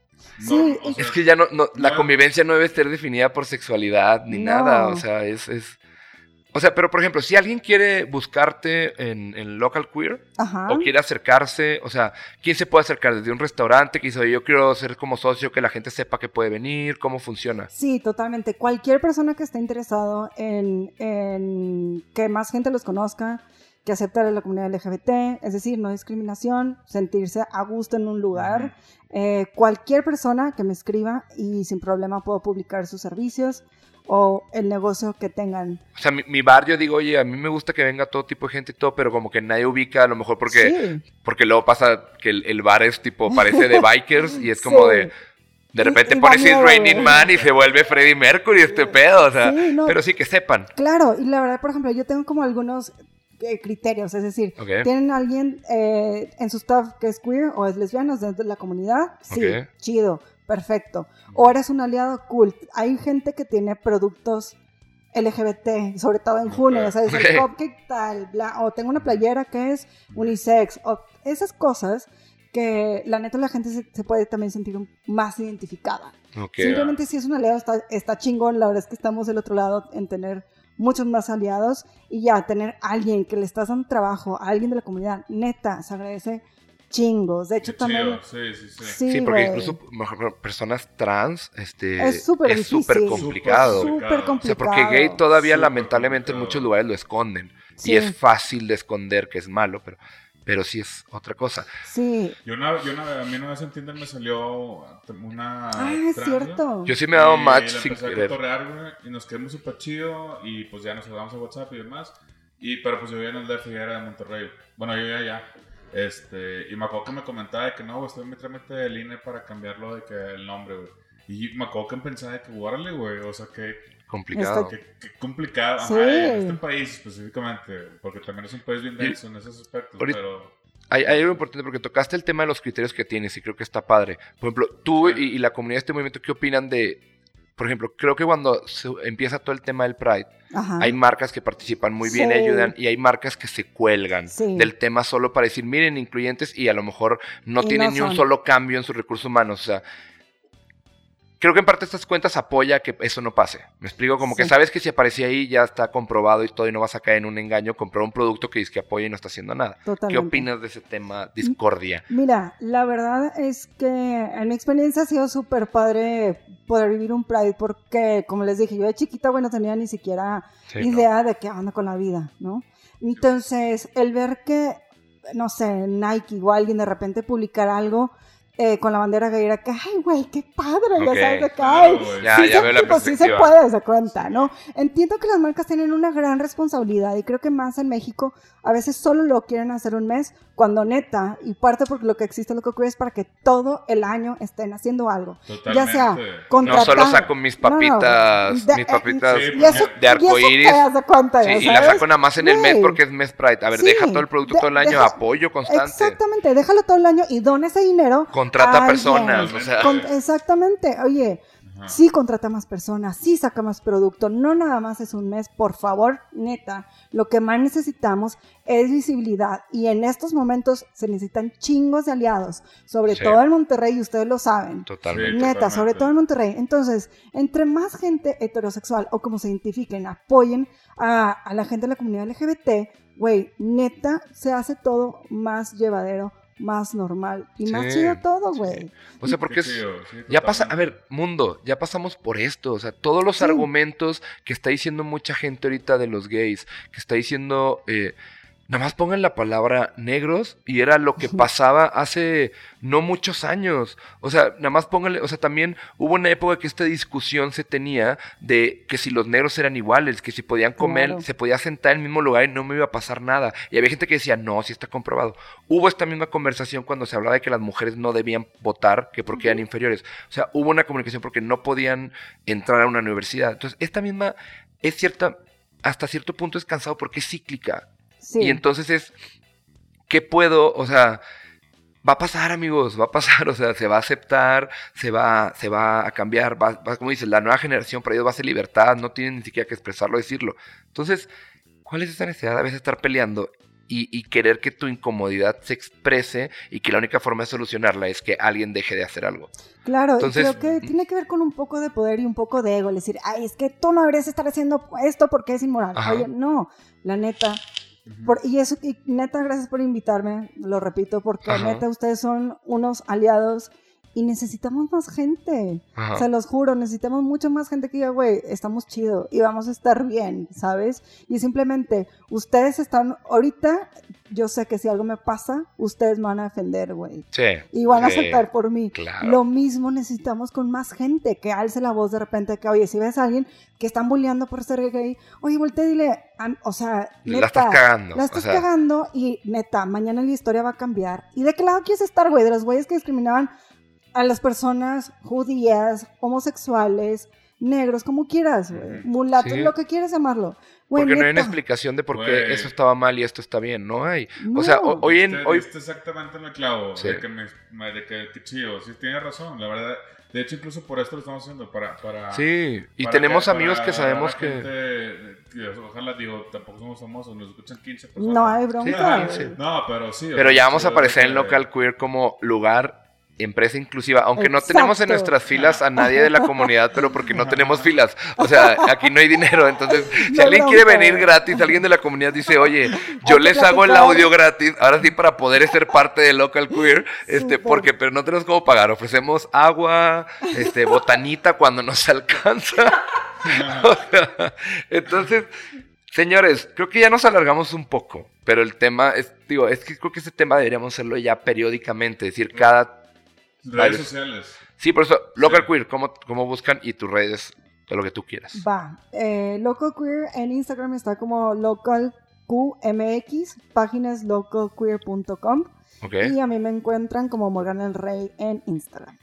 Sí, o y- sea, Es que ya no, no- la no- convivencia no debe estar definida por sexualidad ni No. nada, o sea, es, es... O sea, pero por ejemplo, si alguien quiere buscarte en, en Local Queer Ajá. o quiere acercarse, o sea, ¿quién se puede acercar? Desde un restaurante que dice, "Oye, yo quiero ser como socio, que la gente sepa que puede venir, ¿cómo funciona?" Sí, totalmente. Cualquier persona que esté interesado en, en que más gente los conozca, que aceptar a la comunidad L G B T, es decir, no discriminación, sentirse a gusto en un lugar. Eh, cualquier persona que me escriba y sin problema puedo publicar sus servicios o el negocio que tengan. O sea, mi, mi bar, yo digo, oye, a mí me gusta que venga todo tipo de gente y todo, pero como que nadie ubica, a lo mejor porque, Sí. porque luego pasa que el, el bar es tipo, parece de bikers y es como Sí. de... De repente Y- y pones da It's miedo, Raining güey. Man y se vuelve Freddie Mercury este pedo, o sea, Sí, no. pero sí que sepan. Claro, y la verdad, por ejemplo, yo tengo como algunos eh, criterios, es decir, Ok. ¿tienen alguien eh, en su staff que es queer o es lesbiana dentro de la comunidad? Sí, Ok. chido, perfecto. O eres un aliado, cool. Hay gente que tiene productos L G B T, sobre todo en junio, ya sabes, el Ok. cupcake tal, bla, o tengo una playera que es unisex, o esas cosas que la neta la gente se, se puede también sentir un- más identificada. Ok. Simplemente si es un aliado está, está chingón, la verdad es que estamos del otro lado en tener muchos más aliados y ya tener a alguien que le estás dando trabajo, a alguien de la comunidad, neta, se agradece chingos. De hecho Qué también... chido, sí, sí, sí. Sí, Sí, porque güey. incluso por ejemplo, personas trans, este, Es súper es súper difícil. complicado. Súper Súper O complicado. sea, porque gay todavía Súper lamentablemente en complicado. muchos lugares lo esconden. Sí. Y es fácil de esconder que es malo, pero, pero sí es otra cosa. Sí. Yo una, yo una, a mí una vez en Tinder me salió una Ah, es trans, cierto. Yo sí me he dado y match la sin empecé a querer. cotorrear, güey, y nos quedamos súper chido y pues ya nos quedamos a WhatsApp y demás. Y, pero pues yo vivía en el D F y era de Monterrey. Bueno, yo vivía allá. Este, y me acuerdo que me comentaba de que no, güey, estoy en mi trámite del I N E para cambiarlo de que el nombre, güey. Y me acuerdo que pensaba de que, órale, güey, o sea, que, Complicado. que, que complicado. Sí. Ajá, en este país específicamente, porque también es un país bien denso en esos aspectos, ahorita- pero... Hay, hay algo importante porque tocaste el tema de los criterios que tienes y creo que está padre. Por ejemplo, tú y, y la comunidad de este movimiento, ¿qué opinan de...? Por ejemplo, creo que cuando se empieza todo el tema del Pride, Ajá. hay marcas que participan muy bien y Sí. ayudan, y hay marcas que se cuelgan Sí. del tema solo para decir, miren, incluyentes, y a lo mejor no Y tienen no ni un son. solo cambio en sus recursos humanos. O sea, creo que en parte estas cuentas apoya que eso no pase. Me explico, como que Sí. sabes que si aparecía ahí ya está comprobado y todo, y no vas a caer en un engaño, comprar un producto que dice que apoya y no está haciendo nada. Totalmente. ¿Qué opinas de ese tema discordia? Mira, la verdad es que en mi experiencia ha sido súper padre poder vivir un Pride porque, como les dije, yo de chiquita, bueno, no tenía ni siquiera Sí, idea de qué onda con la vida, ¿no? Entonces, el ver que, no sé, Nike o alguien de repente publicar algo eh, con la bandera gay era que, ay, güey, qué padre, Ok. ya sabes, de que, Claro, ay, güey. Ya, sí, ya se, veo la tipo, sí se perspectiva. puede, se cuenta, ¿no? Entiendo que las marcas tienen una gran responsabilidad y creo que más en México a veces solo lo quieren hacer un mes, cuando neta, y parte porque lo que existe, lo que ocurre es para que todo el año estén haciendo algo. Totalmente. Ya sea No contratar... solo saco mis No, no, papitas, de- mis papitas Sí, y eso, de arcoíris. y eso te das de cuenta, Sí, ya y la sabes. saco nada más en el mes Güey. porque es mes Pride. A ver, Sí, deja todo el producto de- todo el año, deja- apoyo constante. Exactamente, déjalo todo el año y dona ese dinero. Contrata a personas, alguien. o sea. Con- exactamente, oye, Ajá. sí contrata más personas, sí saca más producto, no nada más es un mes, por favor, neta, lo que más necesitamos es visibilidad y en estos momentos se necesitan chingos de aliados, sobre Sí. todo en Monterrey y ustedes lo saben. Totalmente. Sí. Neta, totalmente. sobre todo en Monterrey. Entonces, entre más gente heterosexual o como se identifiquen, apoyen a, a la gente de la comunidad L G B T, güey, neta, se hace todo más llevadero, más normal y más Sí, chido todo, güey. O sea, porque Qué es... chido, sí, Ya pasa, a totalmente. ver, mundo, ya pasamos por esto, o sea, todos los Sí. argumentos que está diciendo mucha gente ahorita de los gays, que está diciendo, eh, nada más pongan la palabra negros y era lo que pasaba hace no muchos años, o sea, nada más pónganle, o sea, también hubo una época que esta discusión se tenía de que si los negros eran iguales, que si podían comer, Claro. se podía sentar en el mismo lugar y no me iba a pasar nada, y había gente que decía, no, sí está comprobado. Hubo esta misma conversación cuando se hablaba de que las mujeres no debían votar, que porque eran inferiores. O sea, hubo una comunicación porque no podían entrar a una universidad. Entonces, esta misma es cierta, hasta cierto punto es cansado porque es cíclica. Sí. Y entonces es, ¿qué puedo? O sea, va a pasar, amigos, va a pasar. O sea, se va a aceptar, se va, se va a cambiar. Va, va, como dices, la nueva generación para ellos va a ser libertad, no tienen ni siquiera que expresarlo, decirlo. Entonces, ¿cuál es esa necesidad de a veces estar peleando y, y querer que tu incomodidad se exprese y que la única forma de solucionarla es que alguien deje de hacer algo? Claro, Entonces- y creo que tiene que ver con un poco de poder y un poco de ego, es decir, ay, es que tú no deberías estar haciendo esto porque es inmoral. Ajá. Oye, no, la neta, Ujú. por, y eso, y neta, gracias por invitarme, lo repito, porque Ajá. neta, ustedes son unos aliados y necesitamos más gente. Ajá. Se los juro, necesitamos mucho más gente que diga, güey, estamos chido y vamos a estar bien, ¿sabes? Y simplemente, ustedes están, ahorita, yo sé que si algo me pasa, ustedes me van a defender, güey. Sí. Y van a sí, saltar por mí. Claro. Lo mismo necesitamos con más gente, que alce la voz de repente, que oye, si ves a alguien que están bulleando por ser gay, oye, voltea y dile, o sea, neta. La estás cagando. La estás o sea, cagando y neta, mañana la historia va a cambiar. ¿Y de qué lado quieres estar, güey? De los güeyes que discriminaban a las personas judías, homosexuales, negros, como quieras, güey. Mulatos, Sí. lo que quieras llamarlo. Güey, porque no hay una neta. explicación de por qué Güey. eso estaba mal y esto está bien. No hay. No. O sea, ho- hoy en... Diste- Hoy... diste exactamente en el clavo. Sí. De que, me, me- de que, que chido. Sí, tienes razón, la verdad. De hecho, incluso por esto lo estamos haciendo. Para, para, Sí. Y para tenemos que- amigos para que sabemos la que... gente, que... Ojalá, digo, tampoco somos famosos. Nos escuchan quince personas. No hay bronca, Sí, güey. No, pero sí. o Pero sea, ya vamos a chido aparecer de en que- Local Queer como lugar, empresa inclusiva, aunque no Exacto. tenemos en nuestras filas a nadie de la comunidad, pero porque no tenemos filas. O sea, aquí no hay dinero. Entonces, si No alguien bronca. quiere venir gratis, alguien de la comunidad dice, oye, yo Hay que les hago el platicar. audio gratis, ahora sí para poder ser parte de Local Queer, este, Súper. porque, pero no tenemos cómo pagar. Ofrecemos agua, este, botanita cuando nos alcanza. O sea, entonces, señores, creo que ya nos alargamos un poco, pero el tema es, digo, es que creo que ese tema deberíamos hacerlo ya periódicamente, es decir, cada... Redes Varios. sociales. Sí, por eso, Local Sí. Queer, ¿cómo, cómo buscan? Y tus redes, de lo que tú quieras. Va. Eh, Local Queer en Instagram está como Local Q M X, páginas local queer punto com. ¿Ok? Y a mí me encuentran como Morgana el Rey en Instagram.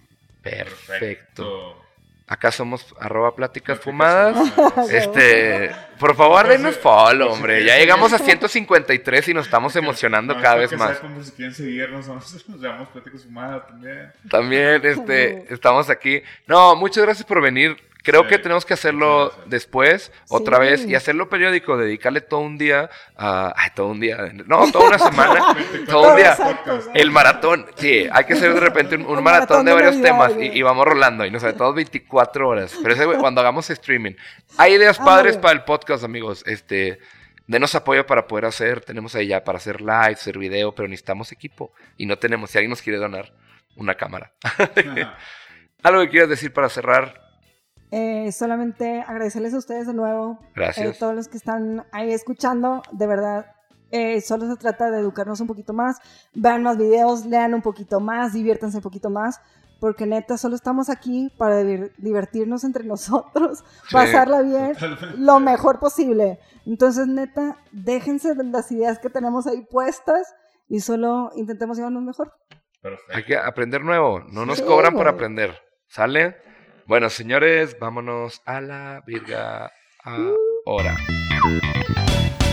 Perfecto. Acá somos arroba pláticas Pláticas fumadas. fumadas. Este, por favor, Por si- denos follow, por si hombre. quieren Ya seguir. llegamos a ciento cincuenta y tres y nos estamos emocionando No, cada es vez que más. sea como si quieren seguirnos, nos nos llamamos Pláticas Fumadas también. También, este, estamos aquí. No, muchas gracias por venir. Creo Sí, que tenemos que hacerlo muchas gracias. después, otra Sí. vez, y hacerlo periódico, dedicarle todo un día a... Ay, todo un día. No, toda una semana. todo un día. Exacto, güey. El maratón. Sí, hay que hacer de repente un, un El maratón maratón de de varios Navidad, temas y, güey. y vamos rolando. Y nos aventamos veinticuatro horas. Pero ese, güey, cuando hagamos streaming. Hay ideas Ah, padres güey. para el podcast, amigos. Este... Denos apoyo para poder hacer. Tenemos ahí ya para hacer live, hacer video, pero necesitamos equipo. Y no tenemos. Si alguien nos quiere donar una cámara. ¿Algo que quieras decir para cerrar? Eh, solamente agradecerles a ustedes de nuevo. Gracias. Eh, todos los que están ahí escuchando, de verdad. Eh, solo se trata de educarnos un poquito más. Vean más videos, lean un poquito más, diviértanse un poquito más. Porque neta, solo estamos aquí para divir- divertirnos entre nosotros, Sí. pasarla bien, Totalmente. lo mejor posible. Entonces, neta, déjense de las ideas que tenemos ahí puestas y solo intentemos llevarnos mejor. Perfecto. Hay que aprender nuevo. No nos Sí, cobran por güey. aprender. ¿Sale? Bueno, señores, vámonos a la virga ahora.